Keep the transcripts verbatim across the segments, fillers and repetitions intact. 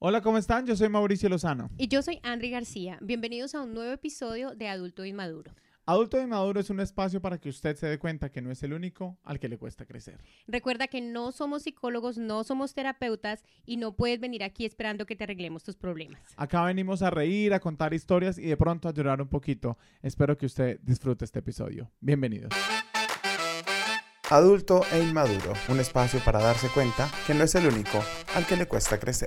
Hola, ¿cómo están? Yo soy Mauricio Lozano. Y yo soy Andri García. Bienvenidos a un nuevo episodio de Adulto Inmaduro. Adulto Inmaduro es un espacio para que usted se dé cuenta que no es el único al que le cuesta crecer. Recuerda que no somos psicólogos, no somos terapeutas y no puedes venir aquí esperando que te arreglemos tus problemas. Acá venimos a reír, a contar historias y de pronto a llorar un poquito. Espero que usted disfrute este episodio. Bienvenidos. Adulto e Inmaduro, un espacio para darse cuenta que no es el único al que le cuesta crecer.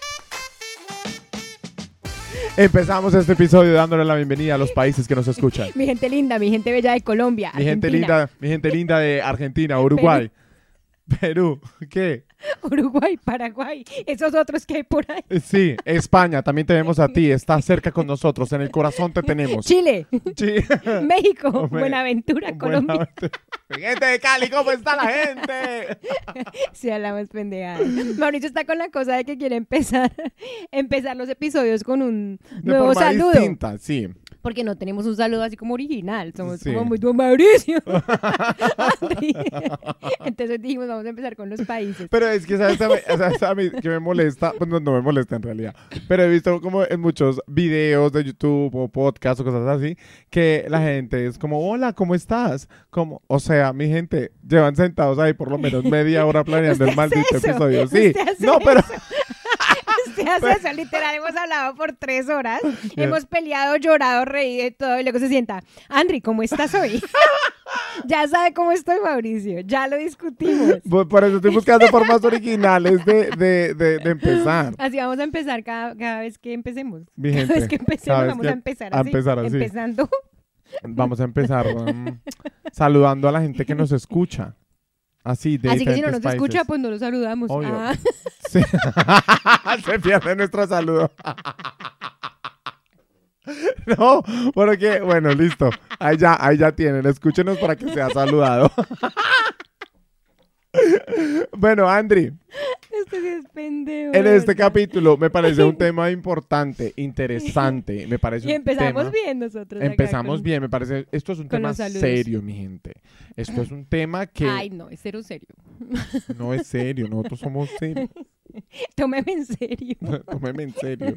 Empezamos este episodio dándole la bienvenida a los países que nos escuchan. Mi gente linda, mi gente bella de Colombia, Mi gente linda, mi gente linda de Argentina, Uruguay, Perú, ¿qué? Uruguay, Paraguay, esos otros que hay por ahí. Sí, España, también tenemos a ti, estás cerca con nosotros, en el corazón te tenemos. Chile, Sí. México, Hombre, Buenaventura, Colombia. Buenaventura. Mi gente de Cali, ¿cómo está la gente? Sí, hablamos pendejadas. Mauricio está con la cosa de que quiere empezar, empezar los episodios con un De nuevo forma saludo. distinta, sí. Porque no tenemos un saludo así como original. Somos Sí. como muy Don Mauricio. Entonces dijimos, vamos a empezar con los países. Pero es que, ¿sabes a mí, ¿sabes a mí que me molesta? Pues no, no me molesta en realidad. Pero he visto como en muchos videos de YouTube o podcasts o cosas así, que la gente es como, hola, ¿cómo estás? Como, o sea, mi gente, llevan sentados ahí por lo menos media hora planeando el ¿Usted maldito hace eso? episodio. Sí, ¿Usted hace no, pero... Usted hace eso, literal, hemos hablado por tres horas, hemos peleado, llorado, reído y todo, y luego se sienta, Andri, ¿cómo estás hoy? Ya sabe cómo estoy, Mauricio, ya lo discutimos. Por por eso estoy buscando formas originales de, de, de, de empezar. Así vamos a empezar cada, cada vez que empecemos. Mi Cada gente, vez que empecemos cada vez vamos que- a empezar a así. empezar así. Empezando. Vamos a empezar um, saludando a la gente que nos escucha. Así, de Así que si no diferentes nos países. escucha, pues no lo saludamos. Obvio. Ah. Sí. Se pierde nuestro saludo. No, porque, bueno, listo. Ahí ya, ahí ya tienen. Escúchenos para que sea saludado. Bueno, Andri, Esto sí es pendejo. en de este verdad. capítulo me parece un tema importante, interesante. Me parece Y un empezamos tema... bien nosotros. acá Empezamos con- bien, me parece. Esto es un con tema los saludos. serio, mi gente. Esto es un tema que Ay, no, es cero serio. no es serio. Nosotros somos serios. Tómeme en serio. Tómeme en serio.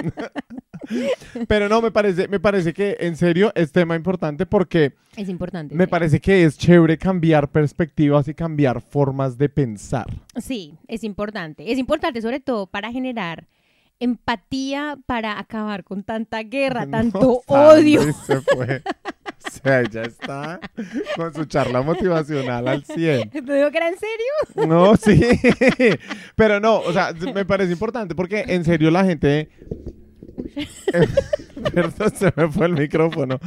Pero no, me parece, me parece que en serio es tema importante porque Es importante. me sí. parece que es chévere cambiar perspectivas y cambiar formas de pensar. Sí, es importante. Es importante sobre todo para generar empatía, para acabar con tanta guerra, No, tanto Sandy odio. se fue. O sea, ya está con su charla motivacional al cien. ¿Te digo que era en serio? No, sí. Pero no, o sea, me parece importante porque en serio la gente... Perdón, se me fue el micrófono.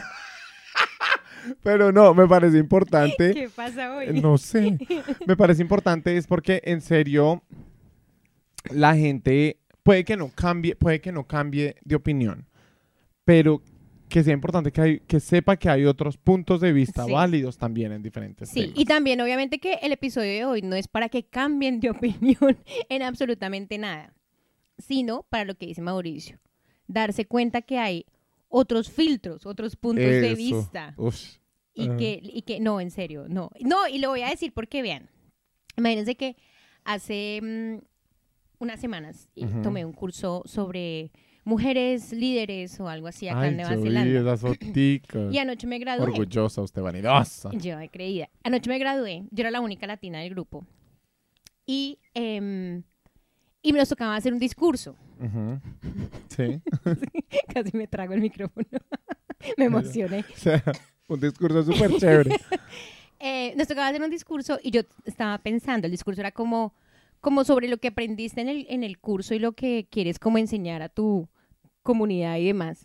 Pero no, me parece importante. ¿Qué pasa hoy? No sé. Me parece importante es porque en serio la gente puede que no cambie, puede que no cambie de opinión, pero que sea importante que, hay, que sepa que hay otros puntos de vista Sí. válidos también en diferentes Sí, temas. y también obviamente que el episodio de hoy no es para que cambien de opinión en absolutamente nada, sino para lo que dice Mauricio, darse cuenta que hay otros filtros, otros puntos de Eso. vista Uf. y Ajá. que, y que, no, en serio, no, no, y lo voy a decir porque vean, imagínense que hace mm, unas semanas eh, Ujú. tomé un curso sobre mujeres líderes o algo así acá Ay, en Nueva yo vi Zelanda. esas foticas. Y anoche me gradué. Orgullosa, usted vanidosa. Yo de creída. Anoche me gradué. Yo era la única latina del grupo. Y, em, y me nos tocaba hacer un discurso. Ujú. Sí. Casi me trago el micrófono. Me emocioné. O sea, un discurso súper chévere. Eh, nos tocaba hacer un discurso y yo estaba pensando, el discurso era como, como sobre lo que aprendiste en el, en el curso y lo que quieres como enseñar a tu comunidad y demás.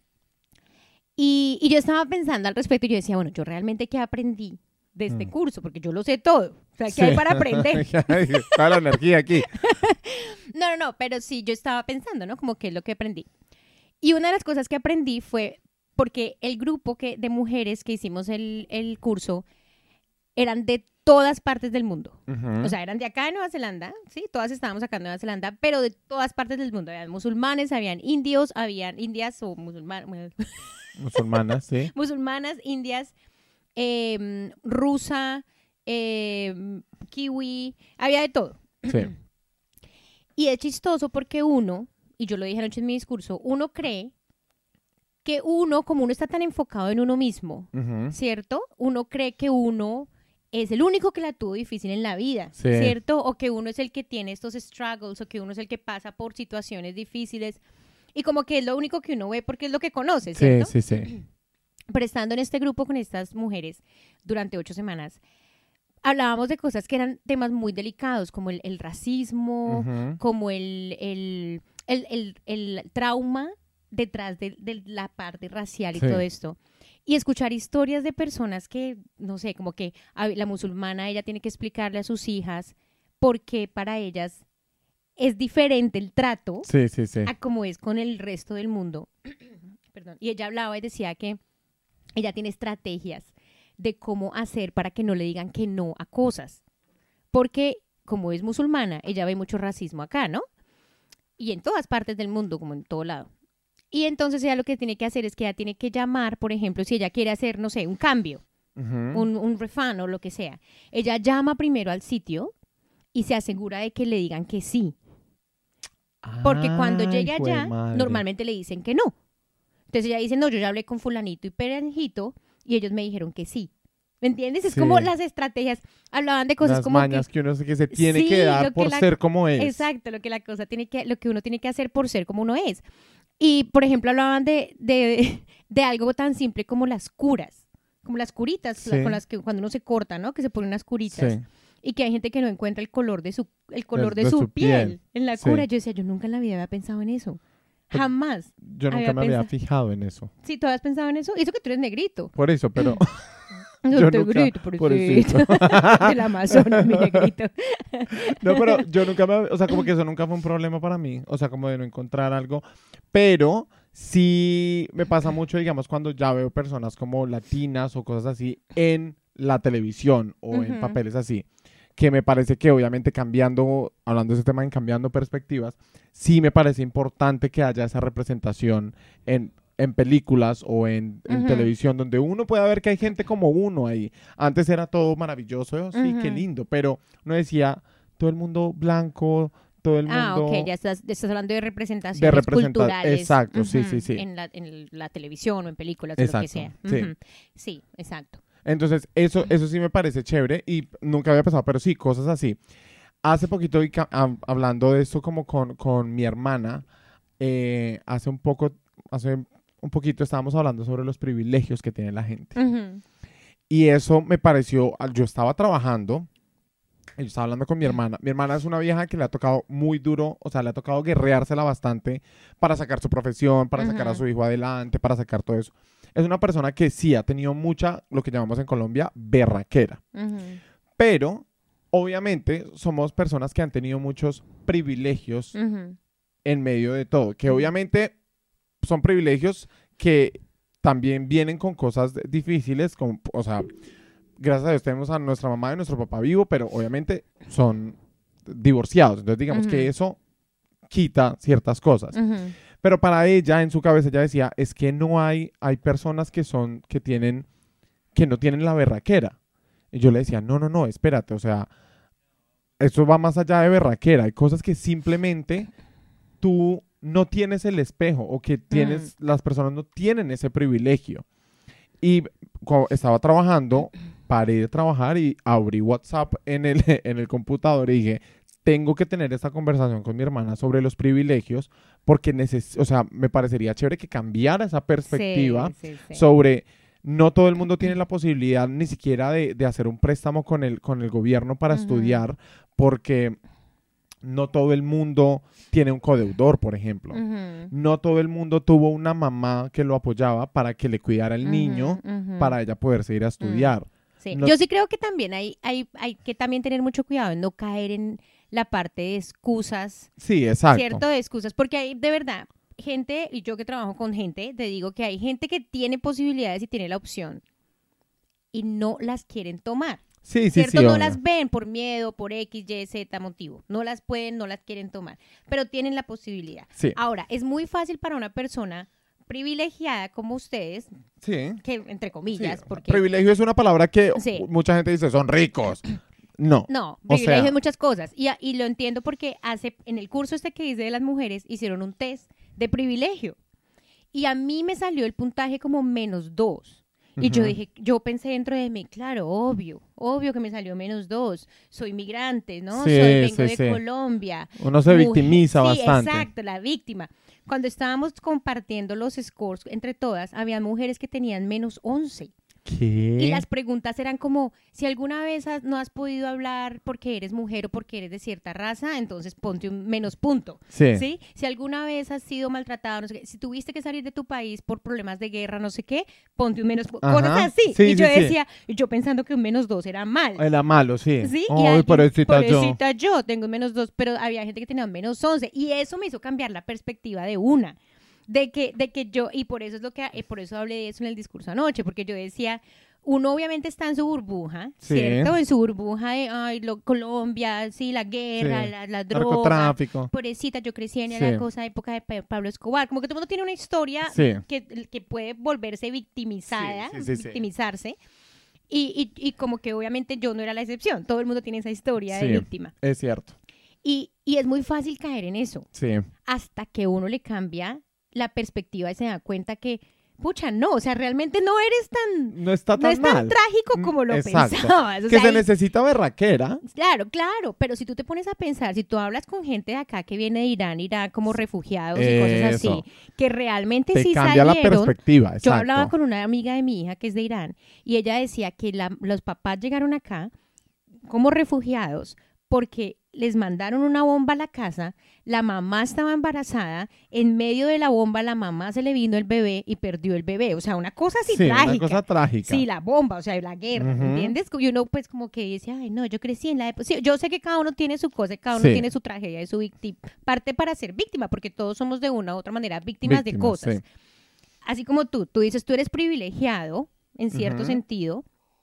Y, y yo estaba pensando al respecto y yo decía, bueno, yo realmente qué aprendí de este Mm. curso, porque yo lo sé todo. O sea, ¿qué Sí. hay para aprender? Toda la energía aquí. No, no, no, pero sí, yo estaba pensando, ¿no? Como qué es lo que aprendí. Y una de las cosas que aprendí fue porque el grupo que, de mujeres que hicimos el, el curso eran de todas partes del mundo. Ujú. O sea, eran de acá de Nueva Zelanda, ¿sí? Todas estábamos acá en Nueva Zelanda, pero de todas partes del mundo. Habían musulmanes, habían indios, habían indias o musulmanas, Musulmanas, sí. musulmanas, indias, eh, rusa, eh, kiwi, había de todo. Sí. Y es chistoso porque uno, y yo lo dije anoche en mi discurso, uno cree que uno, como uno está tan enfocado en uno mismo, Ujú. ¿cierto? Uno cree que uno es el único que la tuvo difícil en la vida, Sí. ¿cierto? O que uno es el que tiene estos struggles, o que uno es el que pasa por situaciones difíciles, y como que es lo único que uno ve porque es lo que conoce, Sí, ¿cierto? sí, sí. Pero estando en este grupo con estas mujeres durante ocho semanas, hablábamos de cosas que eran temas muy delicados, como el, el racismo, Ujú. como el, el, el, el, el trauma detrás de, de la parte racial y Sí. todo esto. Y escuchar historias de personas que, no sé, como que a la musulmana, ella tiene que explicarle a sus hijas por qué para ellas es diferente el trato Sí, sí, sí. a como es con el resto del mundo. Perdón. Y ella hablaba y decía que ella tiene estrategias de cómo hacer para que no le digan que no a cosas. Porque como es musulmana, ella ve mucho racismo acá, ¿no? Y en todas partes del mundo, como en todo lado. Y entonces ella lo que tiene que hacer es que ella tiene que llamar, por ejemplo, si ella quiere hacer, no sé, un cambio, Ujú. un, un refund o lo que sea. Ella llama primero al sitio y se asegura de que le digan que sí. Porque cuando Ay, llegue jue allá, madre. normalmente le dicen que no. Entonces ella dice, no, yo ya hablé con fulanito y perenjito y ellos me dijeron que sí. ¿Me entiendes? Es Sí. como las estrategias. Hablaban de cosas Las como mañas que... uno se- que se tiene Sí, que dar lo que por la- ser como es. Exacto, lo que la cosa tiene que, lo que uno tiene que hacer por ser como uno es. Y, por ejemplo, hablaban de, de, de algo tan simple como las curas, como las curitas Sí. la- con las que cuando uno se corta, ¿no? Que se ponen unas curitas. Sí. Y que hay gente que no encuentra el color de su, el color de, de su, su piel, piel. en la Sí. cura. Yo decía, yo nunca en la vida había pensado en eso. Pues, Jamás. Yo nunca Había me había pensado- fijado en eso. Sí, ¿tú has pensado en eso? Y eso que tú eres negrito. Por eso, pero No, yo te nunca- grito, por pobrecito. eso. Del Amazonas, mi negrito. No, pero yo nunca me... O sea, como que eso nunca fue un problema para mí. O sea, como de no encontrar algo. Pero sí me pasa mucho, digamos, cuando ya veo personas como latinas o cosas así en la televisión o en Ujú. papeles así. Que me parece que obviamente cambiando, hablando de ese tema en cambiando perspectivas, sí me parece importante que haya esa representación en, en películas o en, en Ujú. televisión, donde uno pueda ver que hay gente como uno ahí. Antes era todo maravilloso, sí, qué Ujú. lindo, pero uno decía, todo el mundo blanco, todo el mundo... Ah, ok, ya estás, estás hablando de representaciones De representar- culturales. exacto, sí, ujú, sí, sí. En la, en la televisión o en películas o lo que Exacto, sea. sí. Ujú. Sí, exacto. Entonces, eso, eso sí me parece chévere y nunca había pasado, pero sí, cosas así. Hace poquito, y ca- am- hablando de esto como con, con mi hermana, eh, hace un poco, hace un poquito estábamos hablando sobre los privilegios que tiene la gente. Ujú. Y eso me pareció, al- yo estaba trabajando, y yo estaba hablando con mi hermana. Mi hermana es una vieja que le ha tocado muy duro, o sea, le ha tocado guerreársela bastante para sacar su profesión, para sacar a Ujú. su hijo adelante, para sacar todo eso. Es una persona que sí ha tenido mucha, lo que llamamos en Colombia, berraquera. Ujú. Pero, obviamente, somos personas que han tenido muchos privilegios Ujú. en medio de todo. Que Ujú. obviamente son privilegios que también vienen con cosas difíciles, como, o sea, gracias a Dios tenemos a nuestra mamá y nuestro papá vivo, pero obviamente son divorciados. Entonces, digamos que Ujú. eso quita ciertas cosas. Ujú. Pero para ella, en su cabeza, ella decía, es que no hay, hay personas que son, que tienen, que no tienen la berraquera. Y yo le decía, no, no, no, espérate, o sea, esto va más allá de berraquera. Hay cosas que simplemente tú no tienes el espejo o que tienes, las personas no tienen ese privilegio. Y cuando estaba trabajando, paré de trabajar y abrí WhatsApp en el, en el computador y dije, tengo que tener esta conversación con mi hermana sobre los privilegios porque neces o sea, me parecería chévere que cambiara esa perspectiva Sí, sí, sí. sobre no todo el mundo tiene la posibilidad ni siquiera de, de hacer un préstamo con el, con el gobierno para Ujú. estudiar porque no todo el mundo tiene un codeudor, por ejemplo. Ujú. No todo el mundo tuvo una mamá que lo apoyaba para que le cuidara al Ujú, niño ujú. para ella poderse ir a estudiar. Sí. no- Yo sí creo que también hay, hay, hay que también tener mucho cuidado en no caer en la parte de excusas, Sí, exacto. ¿cierto? De excusas, porque hay de verdad gente, y yo que trabajo con gente, te digo que hay gente que tiene posibilidades y tiene la opción y no las quieren tomar, Sí, sí, ¿cierto? sí. No obvio. las ven por miedo, por X, Y, Z motivo. No las pueden, no las quieren tomar, pero tienen la posibilidad. Sí, Ahora, es muy fácil para una persona privilegiada como ustedes, sí. que entre comillas, Sí, porque... privilegio es una palabra que Sí. mucha gente dice, son ricos. no. No, O privilegio sea- es muchas cosas. Y, a- y lo entiendo porque hace en el curso este que hice de las mujeres hicieron un test de privilegio. Y a mí me salió el puntaje como menos dos. Y yo Ujú. dije, yo pensé dentro de mí, claro, obvio, obvio que me salió menos dos. Soy migrante, ¿no? Sí, Soy, vengo sí, de sí. Colombia. Uno se Mujer- victimiza sí, bastante. exacto, la víctima. Cuando estábamos compartiendo los scores entre todas, había mujeres que tenían menos once. ¿Qué? Y las preguntas eran como, si alguna vez has- no has podido hablar porque eres mujer o porque eres de cierta raza, entonces ponte un menos punto. Sí. ¿Sí? Si alguna vez has sido maltratado, no sé qué, si tuviste que salir de tu país por problemas de guerra, no sé qué, ponte un menos punto. Ajá. Cosas así. Sí, y yo sí, sí. decía, y yo pensando que un menos dos era mal. Era malo, sí. ¿Sí? Y Ay, alguien, pobrecita yo. pobrecita yo, tengo un menos dos, pero había gente que tenía un menos once. Y eso me hizo cambiar la perspectiva de una. De que, de que yo, y por eso es lo que, eh, por eso hablé de eso en el discurso anoche, porque yo decía, uno obviamente está en su burbuja, Sí. ¿cierto? En su burbuja de, ay, lo, Colombia, sí, la guerra, Sí. la, la droga, Narcotráfico. pobrecita, yo crecí en Sí. la cosa época de Pa- Pablo Escobar, como que todo el mundo tiene una historia Sí. que, que puede volverse victimizada, Sí, sí, sí, sí. victimizarse, y, y, y como que obviamente yo no era la excepción, todo el mundo tiene esa historia Sí. de víctima. Es cierto. Y, y es muy fácil caer en eso, Sí. hasta que uno le cambia la perspectiva y se da cuenta que, pucha, no, o sea, realmente no eres tan, No está no tan es tan mal. trágico como lo Exacto. pensabas. O Que sea, se hay- necesita berraquera. Claro, claro, pero si tú te pones a pensar, si tú hablas con gente de acá que viene de Irán, Irán como refugiados y cosas Eso. así, que realmente Te sí cambia la salieron. perspectiva. Yo Exacto. hablaba con una amiga de mi hija que es de Irán y ella decía que la- los papás llegaron acá como refugiados porque les mandaron una bomba a la casa, la mamá estaba embarazada, en medio de la bomba la mamá se le vino el bebé y perdió el bebé, o sea, una cosa así Sí, trágica. una cosa trágica. Sí, la bomba, o sea, la guerra, Ujú. ¿entiendes? Y uno pues como que dice, ay, no, yo crecí en la época. Sí, yo sé que cada uno tiene su cosa, cada uno Sí. tiene su tragedia y su víctima, parte para ser víctima, porque todos somos de una u otra manera víctimas, de Víctimas, cosas. sí. Así como tú, tú dices, tú eres privilegiado en cierto Ujú. sentido,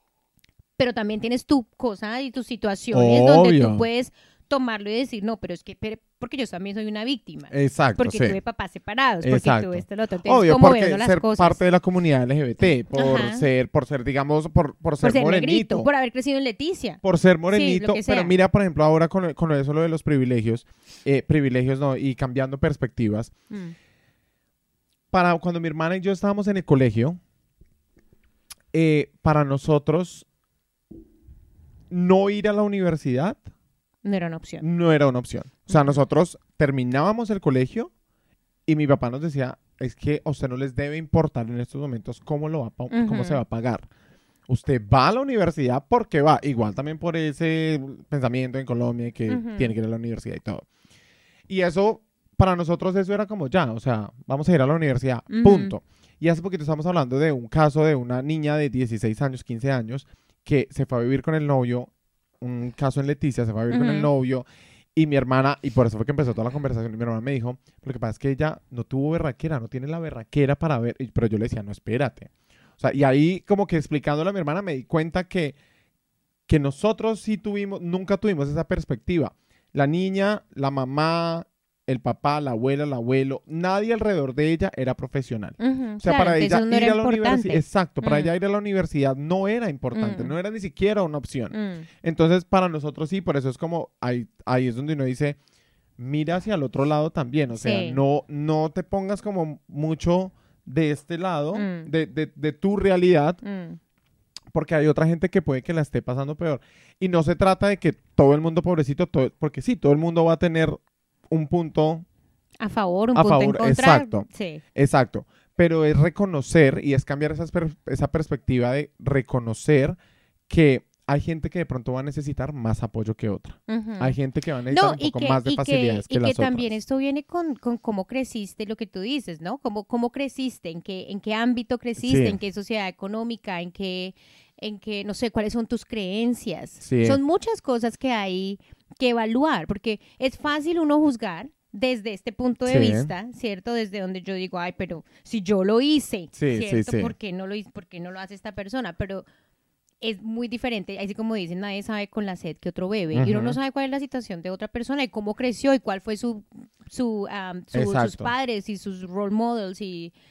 pero también tienes tu cosa y tus situaciones donde Obvio. tú puedes tomarlo y decir, no, pero es que, pero- porque yo también soy una víctima. Exacto, Porque sí. tuve papás separados, porque Exacto. tuve esto, lo otro. Entonces, Obvio, ¿cómo porque veo no las ser cosas? parte de la comunidad L G B T, por Ajá. ser, por ser, digamos, por, por ser por ser morenito, negrito, por haber crecido en Leticia. por ser morenito, que pero sea. mira, por ejemplo, ahora con, con eso lo de los privilegios, eh, privilegios no, y cambiando perspectivas, Mm. para cuando mi hermana y yo estábamos en el colegio, eh, para nosotros no ir a la universidad No era una opción. no era una opción. O sea, Ujú. nosotros terminábamos el colegio y mi papá nos decía, es que a usted no les debe importar en estos momentos cómo, lo va a pa- cómo Ujú. se va a pagar. Usted va a la universidad porque va, igual también por ese pensamiento en Colombia que Ujú. tiene que ir a la universidad y todo. Y eso, para nosotros eso era como ya, o sea, vamos a ir a la universidad, Ujú. punto. Y hace poquito estamos hablando de un caso de una niña de dieciséis años, quince años, que se fue a vivir con el novio, un caso en Leticia, se fue a vivir con el Ujú. novio, y mi hermana, y por eso fue que empezó toda la conversación, y mi hermana me dijo, lo que pasa es que ella no tuvo berraquera, no tiene la berraquera para ver, y- pero yo le decía, no, espérate. O sea, y ahí como que explicándole a mi hermana me di cuenta que, que nosotros sí tuvimos, nunca tuvimos esa perspectiva. La niña, la mamá, el papá, la abuela, el abuelo, nadie alrededor de ella era profesional. Ujú, O sea, claro, para entonces ella no ir era a la universidad, importante. exacto, para Mm. ella ir a la universidad no era importante, Mm. no era ni siquiera una opción. Mm. Entonces, para nosotros sí, por eso es como, ahí, ahí es donde uno dice, mira hacia el otro lado también, o sea, Sí. no, no te pongas como mucho de este lado, Mm. de, de, de tu realidad, Mm. porque hay otra gente que puede que la esté pasando peor. Y no se trata de que todo el mundo pobrecito, todo- porque sí, todo el mundo va a tener un punto A favor, un A punto en favor, contra. exacto. Sí. exacto, pero es reconocer y es cambiar esas per- esa perspectiva de reconocer que hay gente que de pronto va a necesitar más apoyo que otra. Ujú. Hay gente que va a necesitar un poco más de y facilidades que, y que las también otras. esto viene con, con cómo creciste, lo que tú dices, ¿no? Cómo, cómo creciste, en qué, en qué ámbito creciste, Sí. en qué sociedad económica, en qué, en qué, no sé, cuáles son tus creencias. Sí. Son muchas cosas que hay que evaluar, porque es fácil uno juzgar desde este punto de Sí. vista, ¿cierto? Desde donde yo digo, ay, pero si yo lo hice, Sí, sí, ¿cierto? sí. ¿Por qué no lo hice? ¿Por qué no lo hace esta persona? Pero es muy diferente, así como dicen, nadie sabe con la sed que otro bebe, y uno Ujú. no sabe cuál es la situación de otra persona y cómo creció y cuál fue su, su, am, su- sus Exacto. padres y sus role models y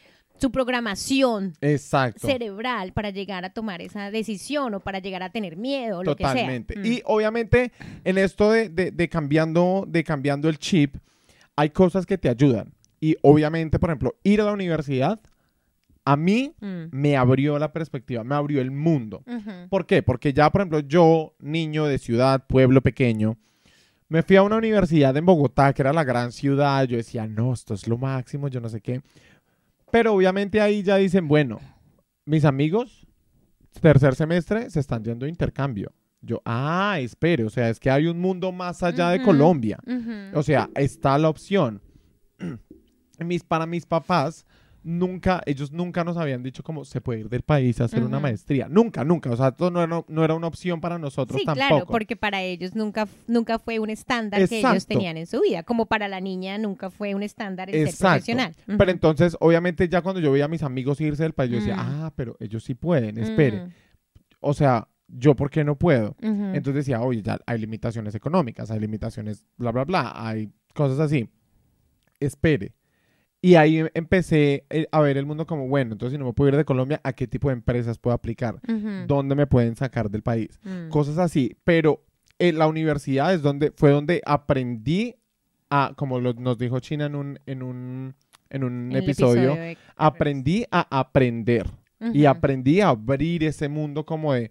su programación Exacto. cerebral para llegar a tomar esa decisión o para llegar a tener miedo o lo Totalmente. que sea. Mm. Y obviamente en esto de, de, de, cambiando, de cambiando el chip, hay cosas que te ayudan. Y obviamente, por ejemplo, ir a la universidad, a mí Mm. me abrió la perspectiva, me abrió el mundo. Ujú. ¿Por qué? Porque ya, por ejemplo, yo, niño de ciudad, pueblo pequeño, me fui a una universidad en Bogotá, que era la gran ciudad. Yo decía, no, esto es lo máximo, yo no sé qué. Pero obviamente ahí ya dicen, bueno, mis amigos, tercer semestre, se están yendo de intercambio. Yo, ah, espere, o sea, es que hay un mundo más allá de Ujú. Colombia. Ujú. O sea, está la opción. Mis, para mis papás, nunca, ellos nunca nos habían dicho cómo se puede ir del país a hacer una Ujú. maestría. Nunca, nunca. O sea, esto no era, no era una opción para nosotros Sí, tampoco. claro, porque para ellos nunca, nunca fue un estándar que ellos Exacto. tenían en su vida, como para la niña nunca fue un estándar el ser Exacto. profesional. Ujú. Pero entonces, obviamente, ya cuando yo veía a mis amigos irse del país, yo decía, Mm. ah, pero ellos sí pueden, espere. Mm. O sea, ¿yo por qué no puedo? Ujú. Entonces decía, oye, ya hay limitaciones económicas, hay limitaciones, bla, bla, bla, hay cosas así. Espere. Y ahí em- empecé eh, a ver el mundo como, bueno, entonces si no me puedo ir de Colombia, ¿a qué tipo de empresas puedo aplicar? Ujú. ¿Dónde me pueden sacar del país? Mm. Cosas así. Pero en la universidad es donde, fue donde aprendí a, como lo- nos dijo China en un, en un, en un En el episodio, de- aprendí a aprender. Y Ujú. aprendí a abrir ese mundo como de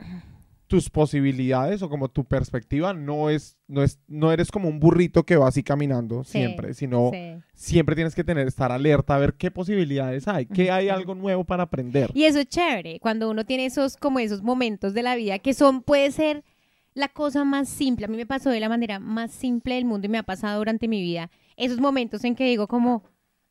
tus posibilidades o como tu perspectiva no es, no es, no eres como un burrito que va así caminando Sí, siempre, sino Sí. siempre tienes que tener, estar alerta a ver qué posibilidades hay, qué hay Ujú. algo nuevo para aprender. Y eso es chévere, cuando uno tiene esos, como esos momentos de la vida que son, puede ser la cosa más simple. A mí me pasó de la manera más simple del mundo y me ha pasado durante mi vida. Esos momentos en que digo como,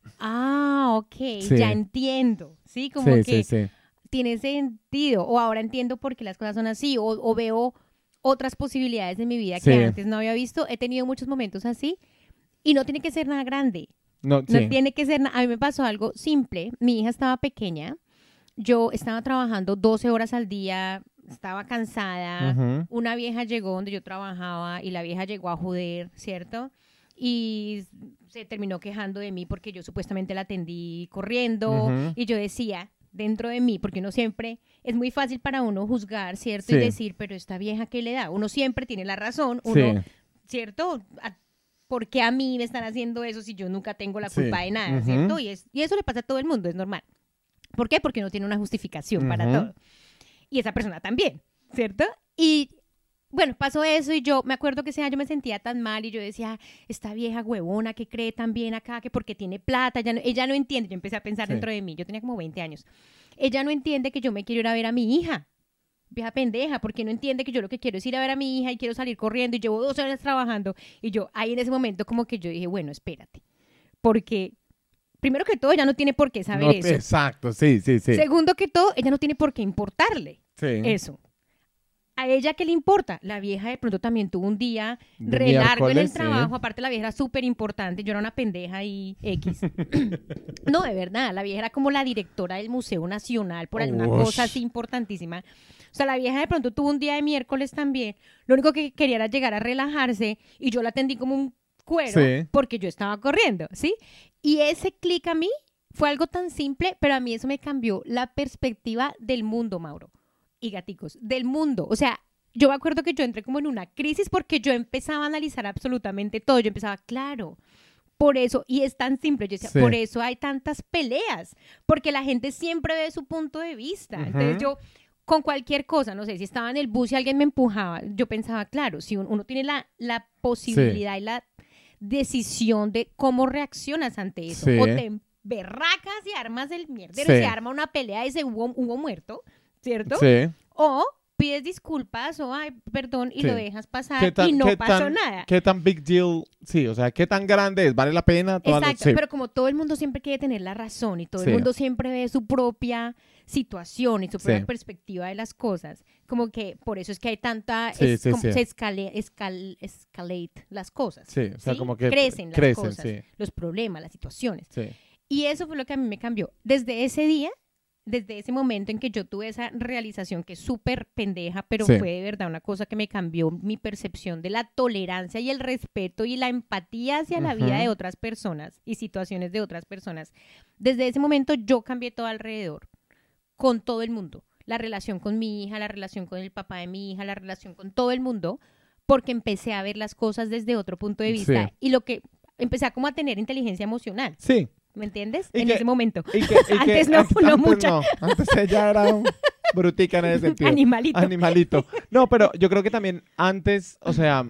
ah, ok, Sí. ya entiendo, ¿sí? Como Sí, que sí, sí. tiene sentido, o ahora entiendo por qué las cosas son así, o, o veo otras posibilidades en mi vida Sí. que antes no había visto. He tenido muchos momentos así y no tiene que ser nada grande. No, No sí. tiene que ser, na- a mí me pasó algo simple. Mi hija estaba pequeña, yo estaba trabajando doce horas al día, estaba cansada. Ujú. Una vieja llegó donde yo trabajaba y la vieja llegó a joder, ¿cierto? Y se terminó quejando de mí porque yo supuestamente la atendí corriendo. Ujú. Y yo decía, dentro de mí, porque uno siempre, es muy fácil para uno juzgar, ¿cierto? Sí. Y decir, pero esta vieja, ¿qué le da? Uno siempre tiene la razón, uno, Sí. ¿cierto? A- ¿Por qué a mí me están haciendo eso si yo nunca tengo la Sí. culpa de nada, Ujú. ¿cierto? Y, es, y eso le pasa a todo el mundo, es normal. ¿Por qué? Porque no tiene una justificación para Ujú. todo. Y esa persona también, ¿cierto? Y bueno, pasó eso y yo me acuerdo que ese año me sentía tan mal y yo decía, esta vieja huevona que cree tan bien acá, que porque tiene plata, ella no, ella no entiende. Yo empecé a pensar Sí. dentro de mí, yo tenía como veinte años. Ella no entiende que yo me quiero ir a ver a mi hija. Vieja pendeja, porque no entiende que yo lo que quiero es ir a ver a mi hija y quiero salir corriendo y llevo dos horas trabajando. Y yo ahí en ese momento como que yo dije, bueno, espérate. Porque primero que todo, ella no tiene por qué saber No, eso. exacto, sí, sí, sí. Segundo que todo, ella no tiene por qué importarle Sí. eso. ¿A ella qué le importa? La vieja de pronto también tuvo un día De re largo en el miércoles, sí. trabajo. Aparte, la vieja era súper importante. Yo era una pendeja y X. No, de verdad. La vieja era como la directora del Museo Nacional por alguna Ush. cosa así importantísima. O sea, la vieja de pronto tuvo un día de miércoles también. Lo único que quería era llegar a relajarse y yo la atendí como un cuero Sí. porque yo estaba corriendo, ¿sí? Y ese clic a mí fue algo tan simple, pero a mí eso me cambió la perspectiva del mundo, Mauro. Y gaticos, del mundo. O sea, yo me acuerdo que yo entré como en una crisis porque yo empezaba a analizar absolutamente todo. Yo empezaba, claro, por eso, y es tan simple, yo decía, Sí. por eso hay tantas peleas, porque la gente siempre ve su punto de vista. Ujú. Entonces yo, con cualquier cosa, no sé, si estaba en el bus y alguien me empujaba, yo pensaba, claro, si un- uno tiene la, la posibilidad y la decisión de cómo reaccionas ante eso, Sí. o te berracas y armas el mierdero Sí. y se arma una pelea y se hubo, hubo muerto, ¿cierto? Sí. O pides disculpas o, ay, perdón, y Sí. lo dejas pasar ¿Qué tan- y no qué pasó tan- nada. ¿Qué tan big deal? Sí, o sea, ¿qué tan grande es? ¿Vale la pena? Todas las- Exacto, sí. pero como todo el mundo siempre quiere tener la razón y todo Sí. el mundo siempre ve su propia situación y su propia Sí. perspectiva de las cosas, como que por eso es que hay tanta, Sí, es sí, como sí. se escale, escal- escalate las cosas. Sí, o sea, ¿sí? como que crecen las crecen, cosas, sí. los problemas, las situaciones. Sí. Y eso fue lo que a mí me cambió. Desde ese día, desde ese momento en que yo tuve esa realización que es súper pendeja, pero Sí. fue de verdad una cosa que me cambió mi percepción de la tolerancia y el respeto y la empatía hacia la vida Ujú. de otras personas y situaciones de otras personas. Desde ese momento yo cambié todo alrededor, con todo el mundo. La relación con mi hija, la relación con el papá de mi hija, la relación con todo el mundo, porque empecé a ver las cosas desde otro punto de vista. Sí. Y lo que empecé a como a tener inteligencia emocional, Sí. ¿me entiendes? Y En que- ese momento. Y que, y que Antes no, no mucha. no. Antes ella era un brutica en ese sentido. Animalito. Animalito. No, pero yo creo que también antes, o sea,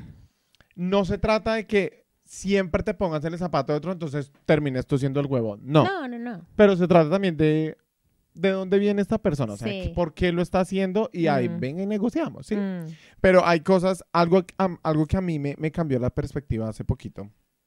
no se trata de que siempre te pongas en el zapato de otro, entonces termines tú siendo el huevón. No. No, no, no. Pero se trata también de de dónde viene esta persona, o sea, Sí. por qué lo está haciendo y ahí Mm. ven y negociamos, ¿sí? Mm. Pero hay cosas, algo, am- algo que a mí me, me cambió la perspectiva hace poquito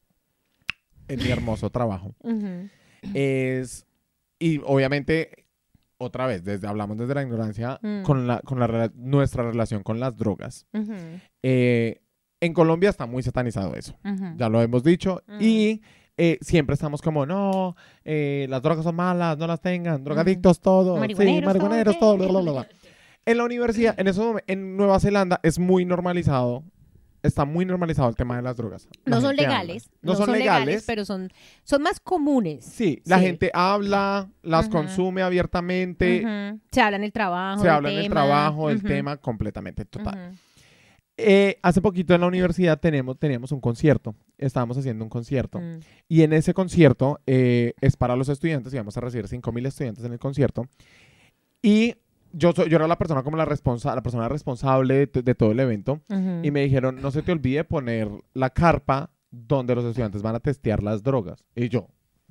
en mi hermoso trabajo. Ujú. Es, y obviamente, otra vez, desde hablamos desde la ignorancia, Mm. con, la, con la, rela- nuestra relación con las drogas. Ujú. Eh, en Colombia está muy satanizado eso, Ujú. ya lo hemos dicho, Mm. y eh, siempre estamos como, no, eh, las drogas son malas, no las tengan, drogadictos todos, Marihuaneros, sí, marihuaneros, todo, todo, bla, bla, bla, bla. En la universidad, en esos momen- en Nueva Zelanda es muy normalizado, está muy normalizado el tema de las drogas. La No son gente habla. legales, No, son, legales, pero son, son más comunes. sí, la Sí. gente habla, las Ujú. consume abiertamente, Ujú. Se habla en el trabajo. se del habla en el tema. trabajo, el Ujú. tema completamente total. Ujú. Eh, hace poquito en la universidad tenemos, teníamos un concierto, estábamos haciendo un concierto. Mm. Y en ese concierto eh, es para los estudiantes, y vamos a recibir cinco mil estudiantes en el concierto. Y yo, soy, yo era la persona como la, responsa la persona responsable de, de todo el evento. Ujú. Y me dijeron, no se te olvide poner la carpa donde los estudiantes van a testear las drogas. Y yo,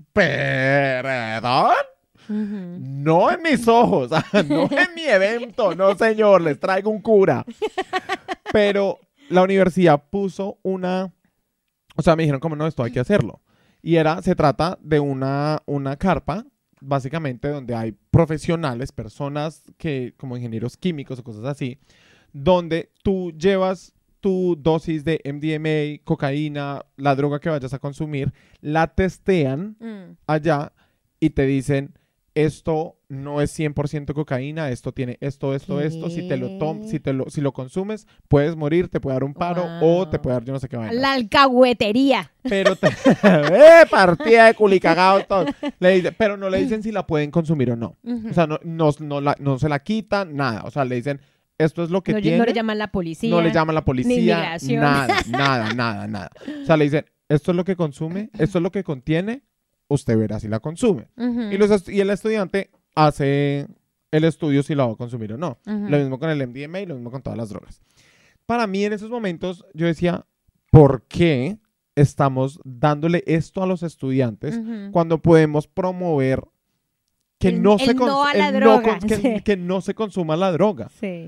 ¿perdón? Ujú. No en mis ojos, no en mi evento, no señor, les traigo un cura. Pero la universidad puso una, o sea, me dijeron como no, esto hay que hacerlo. Y era, se trata de una, una carpa, básicamente donde hay profesionales, personas que, como ingenieros químicos o cosas así, donde tú llevas tu dosis de M D M A, cocaína, la droga que vayas a consumir, la testean Mm. allá y te dicen, esto no es cien por ciento cocaína, esto tiene esto, esto, esto, si te lo tom ¿Qué? si te lo si lo consumes, puedes morir, te puede dar un paro Wow. o te puede dar yo no sé qué vaina. La alcahuetería. Pero te ¡Eh, partida de culicagados todos! Le dice- pero no le dicen si la pueden consumir o no. Ujú. O sea, no, no, no, la- no se la quitan, nada. O sea, le dicen, esto es lo que no, tiene. no le llaman la policía. No le llaman a la policía, inmigración. nada, nada, nada, nada. O sea, le dicen, esto es lo que consume, esto es lo que contiene, usted verá si la consume. Ujú. Y, los est- y el estudiante hace el estudio si la va a consumir o no. Ujú. Lo mismo con el M D M A y lo mismo con todas las drogas. Para mí en esos momentos yo decía, ¿por qué estamos dándole esto a los estudiantes Ujú. cuando podemos promover que El- no se el no cons- a la el no droga, cons- que, sí. que no se consuma la droga? Sí.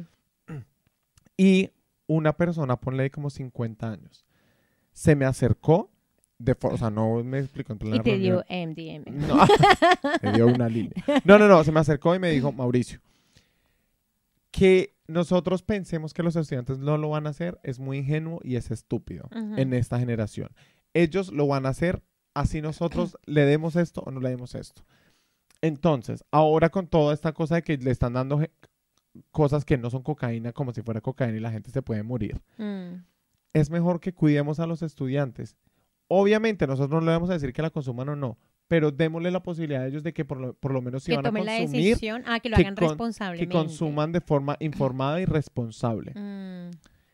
Y una persona, ponle ahí como cincuenta años, se me acercó, de for- o sea, no me explicó en plena Y te reunión. dio M D M. No, me dio una línea. No, no, no, se me acercó y me dijo, Mauricio, que nosotros pensemos que los estudiantes no lo van a hacer es muy ingenuo y es estúpido Ujú. en esta generación. Ellos lo van a hacer así nosotros le demos esto o no le demos esto. Entonces, ahora con toda esta cosa de que le están dando je- cosas que no son cocaína como si fuera cocaína y la gente se puede morir, Mm. es mejor que cuidemos a los estudiantes. Obviamente nosotros no le vamos a decir que la consuman o no, pero démosle la posibilidad a ellos de que por lo, por lo menos si Que van a tomen la consumir, decisión. Ah, que lo que hagan con- responsablemente. que consuman de forma informada y responsable. Mm.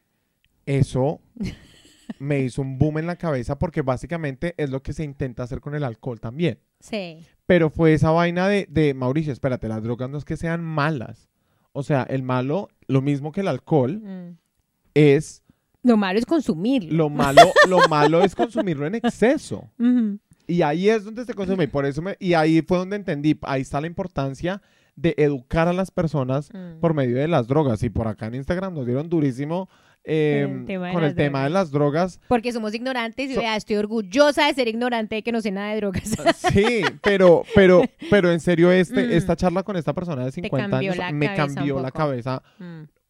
Eso me hizo un boom en la cabeza porque básicamente es lo que se intenta hacer con el alcohol también. Sí. Pero fue esa vaina de, de Mauricio, espérate, las drogas no es que sean malas. O sea, el malo, lo mismo que el alcohol, Mm. es Lo malo es consumirlo. lo malo, lo malo es consumirlo en exceso. Ujú. Y ahí es donde se consume. Y por eso me, y ahí fue donde entendí, ahí está la importancia de educar a las personas Mm. por medio de las drogas. Y por acá en Instagram nos dieron durísimo eh, El tema de con las el tema de drogas. las drogas. Porque somos ignorantes y So- vea, estoy orgullosa de ser ignorante de que no sé nada de drogas. Sí, pero, pero, pero en serio, este, Mm. esta charla con esta persona de cincuenta cambió años la me cabeza un cambió la poco. cabeza Mm.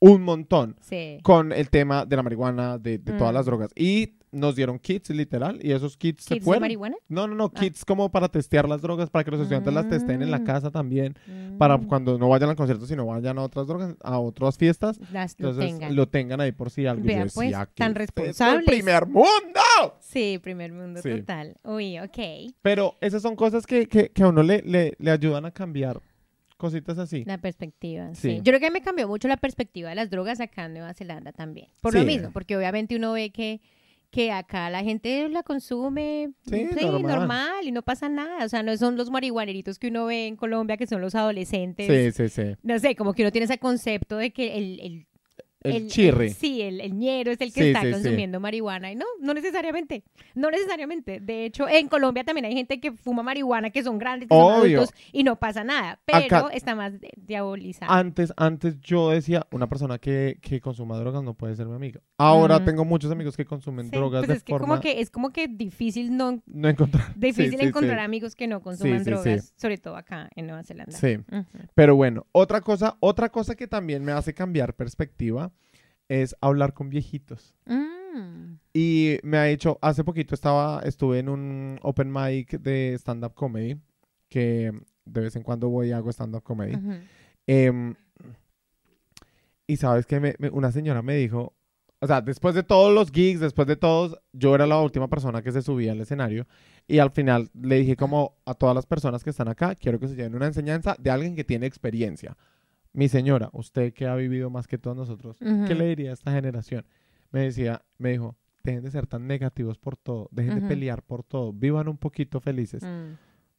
un montón Sí. con el tema de la marihuana, de, de todas Mm. las drogas. Y nos dieron kits, literal, y esos kits se ¿Kits de fueron. marihuana? No, no, no, Ah. kits como para testear las drogas, para que los estudiantes las testeen en la Mm. casa también, para Mm. cuando no vayan al concierto, sino vayan a otras drogas, a otras fiestas. Las lo Entonces tengan. lo tengan ahí por si algo. Y yo Vea, decía, pues, "¿Qué tan es esto? ¡El responsables". primer mundo! Sí, primer mundo Sí. total. Uy, ok. Pero esas son cosas que, que, que a uno le, le, le ayudan a cambiar cositas así. La perspectiva, Sí. sí. Yo creo que me cambió mucho la perspectiva de las drogas acá en Nueva Zelanda también. Por lo Sí. mismo, porque obviamente uno ve que, que acá la gente la consume Sí, sí, normal. normal. y no pasa nada. O sea, no son los marihuaneritos que uno ve en Colombia, que son los adolescentes. Sí, sí, sí. No sé, como que uno tiene ese concepto de que el... el El, chirri. sí, el, el ñero es el que Sí, está sí, sí. consumiendo marihuana. Y no, no necesariamente. No necesariamente. De hecho, en Colombia también hay gente que fuma marihuana, que son grandes, que son Obvio. adultos, y no pasa nada. Pero Acá- está más de- diabolizado. Antes, antes yo decía, una persona que, que consuma drogas no puede ser mi amiga. Ahora Ujú. tengo muchos amigos que consumen Sí, drogas pues de es que forma... como que es como que difícil no No encontrar. difícil Sí, sí, encontrar sí. amigos que no consuman Sí, sí, drogas, sí. sobre todo acá en Nueva Zelanda. Sí. Ujú. Pero bueno, otra cosa, otra cosa que también me hace cambiar perspectiva es hablar con viejitos. Mm. Y me ha hecho, hace poquito estaba, estuve en un open mic de stand-up comedy, que de vez en cuando voy y hago stand-up comedy. Ujú. Em, y sabes que me- me- una señora me dijo, o sea, después de todos los gigs, después de todos, yo era la última persona que se subía al escenario. Y al final le dije como a todas las personas que están acá, quiero que se lleven una enseñanza de alguien que tiene experiencia. Mi señora, usted que ha vivido más que todos nosotros, Ujú. ¿qué le diría a esta generación? Me decía, me dijo, dejen de ser tan negativos por todo, dejen de Ujú. pelear por todo, vivan un poquito felices. Mm.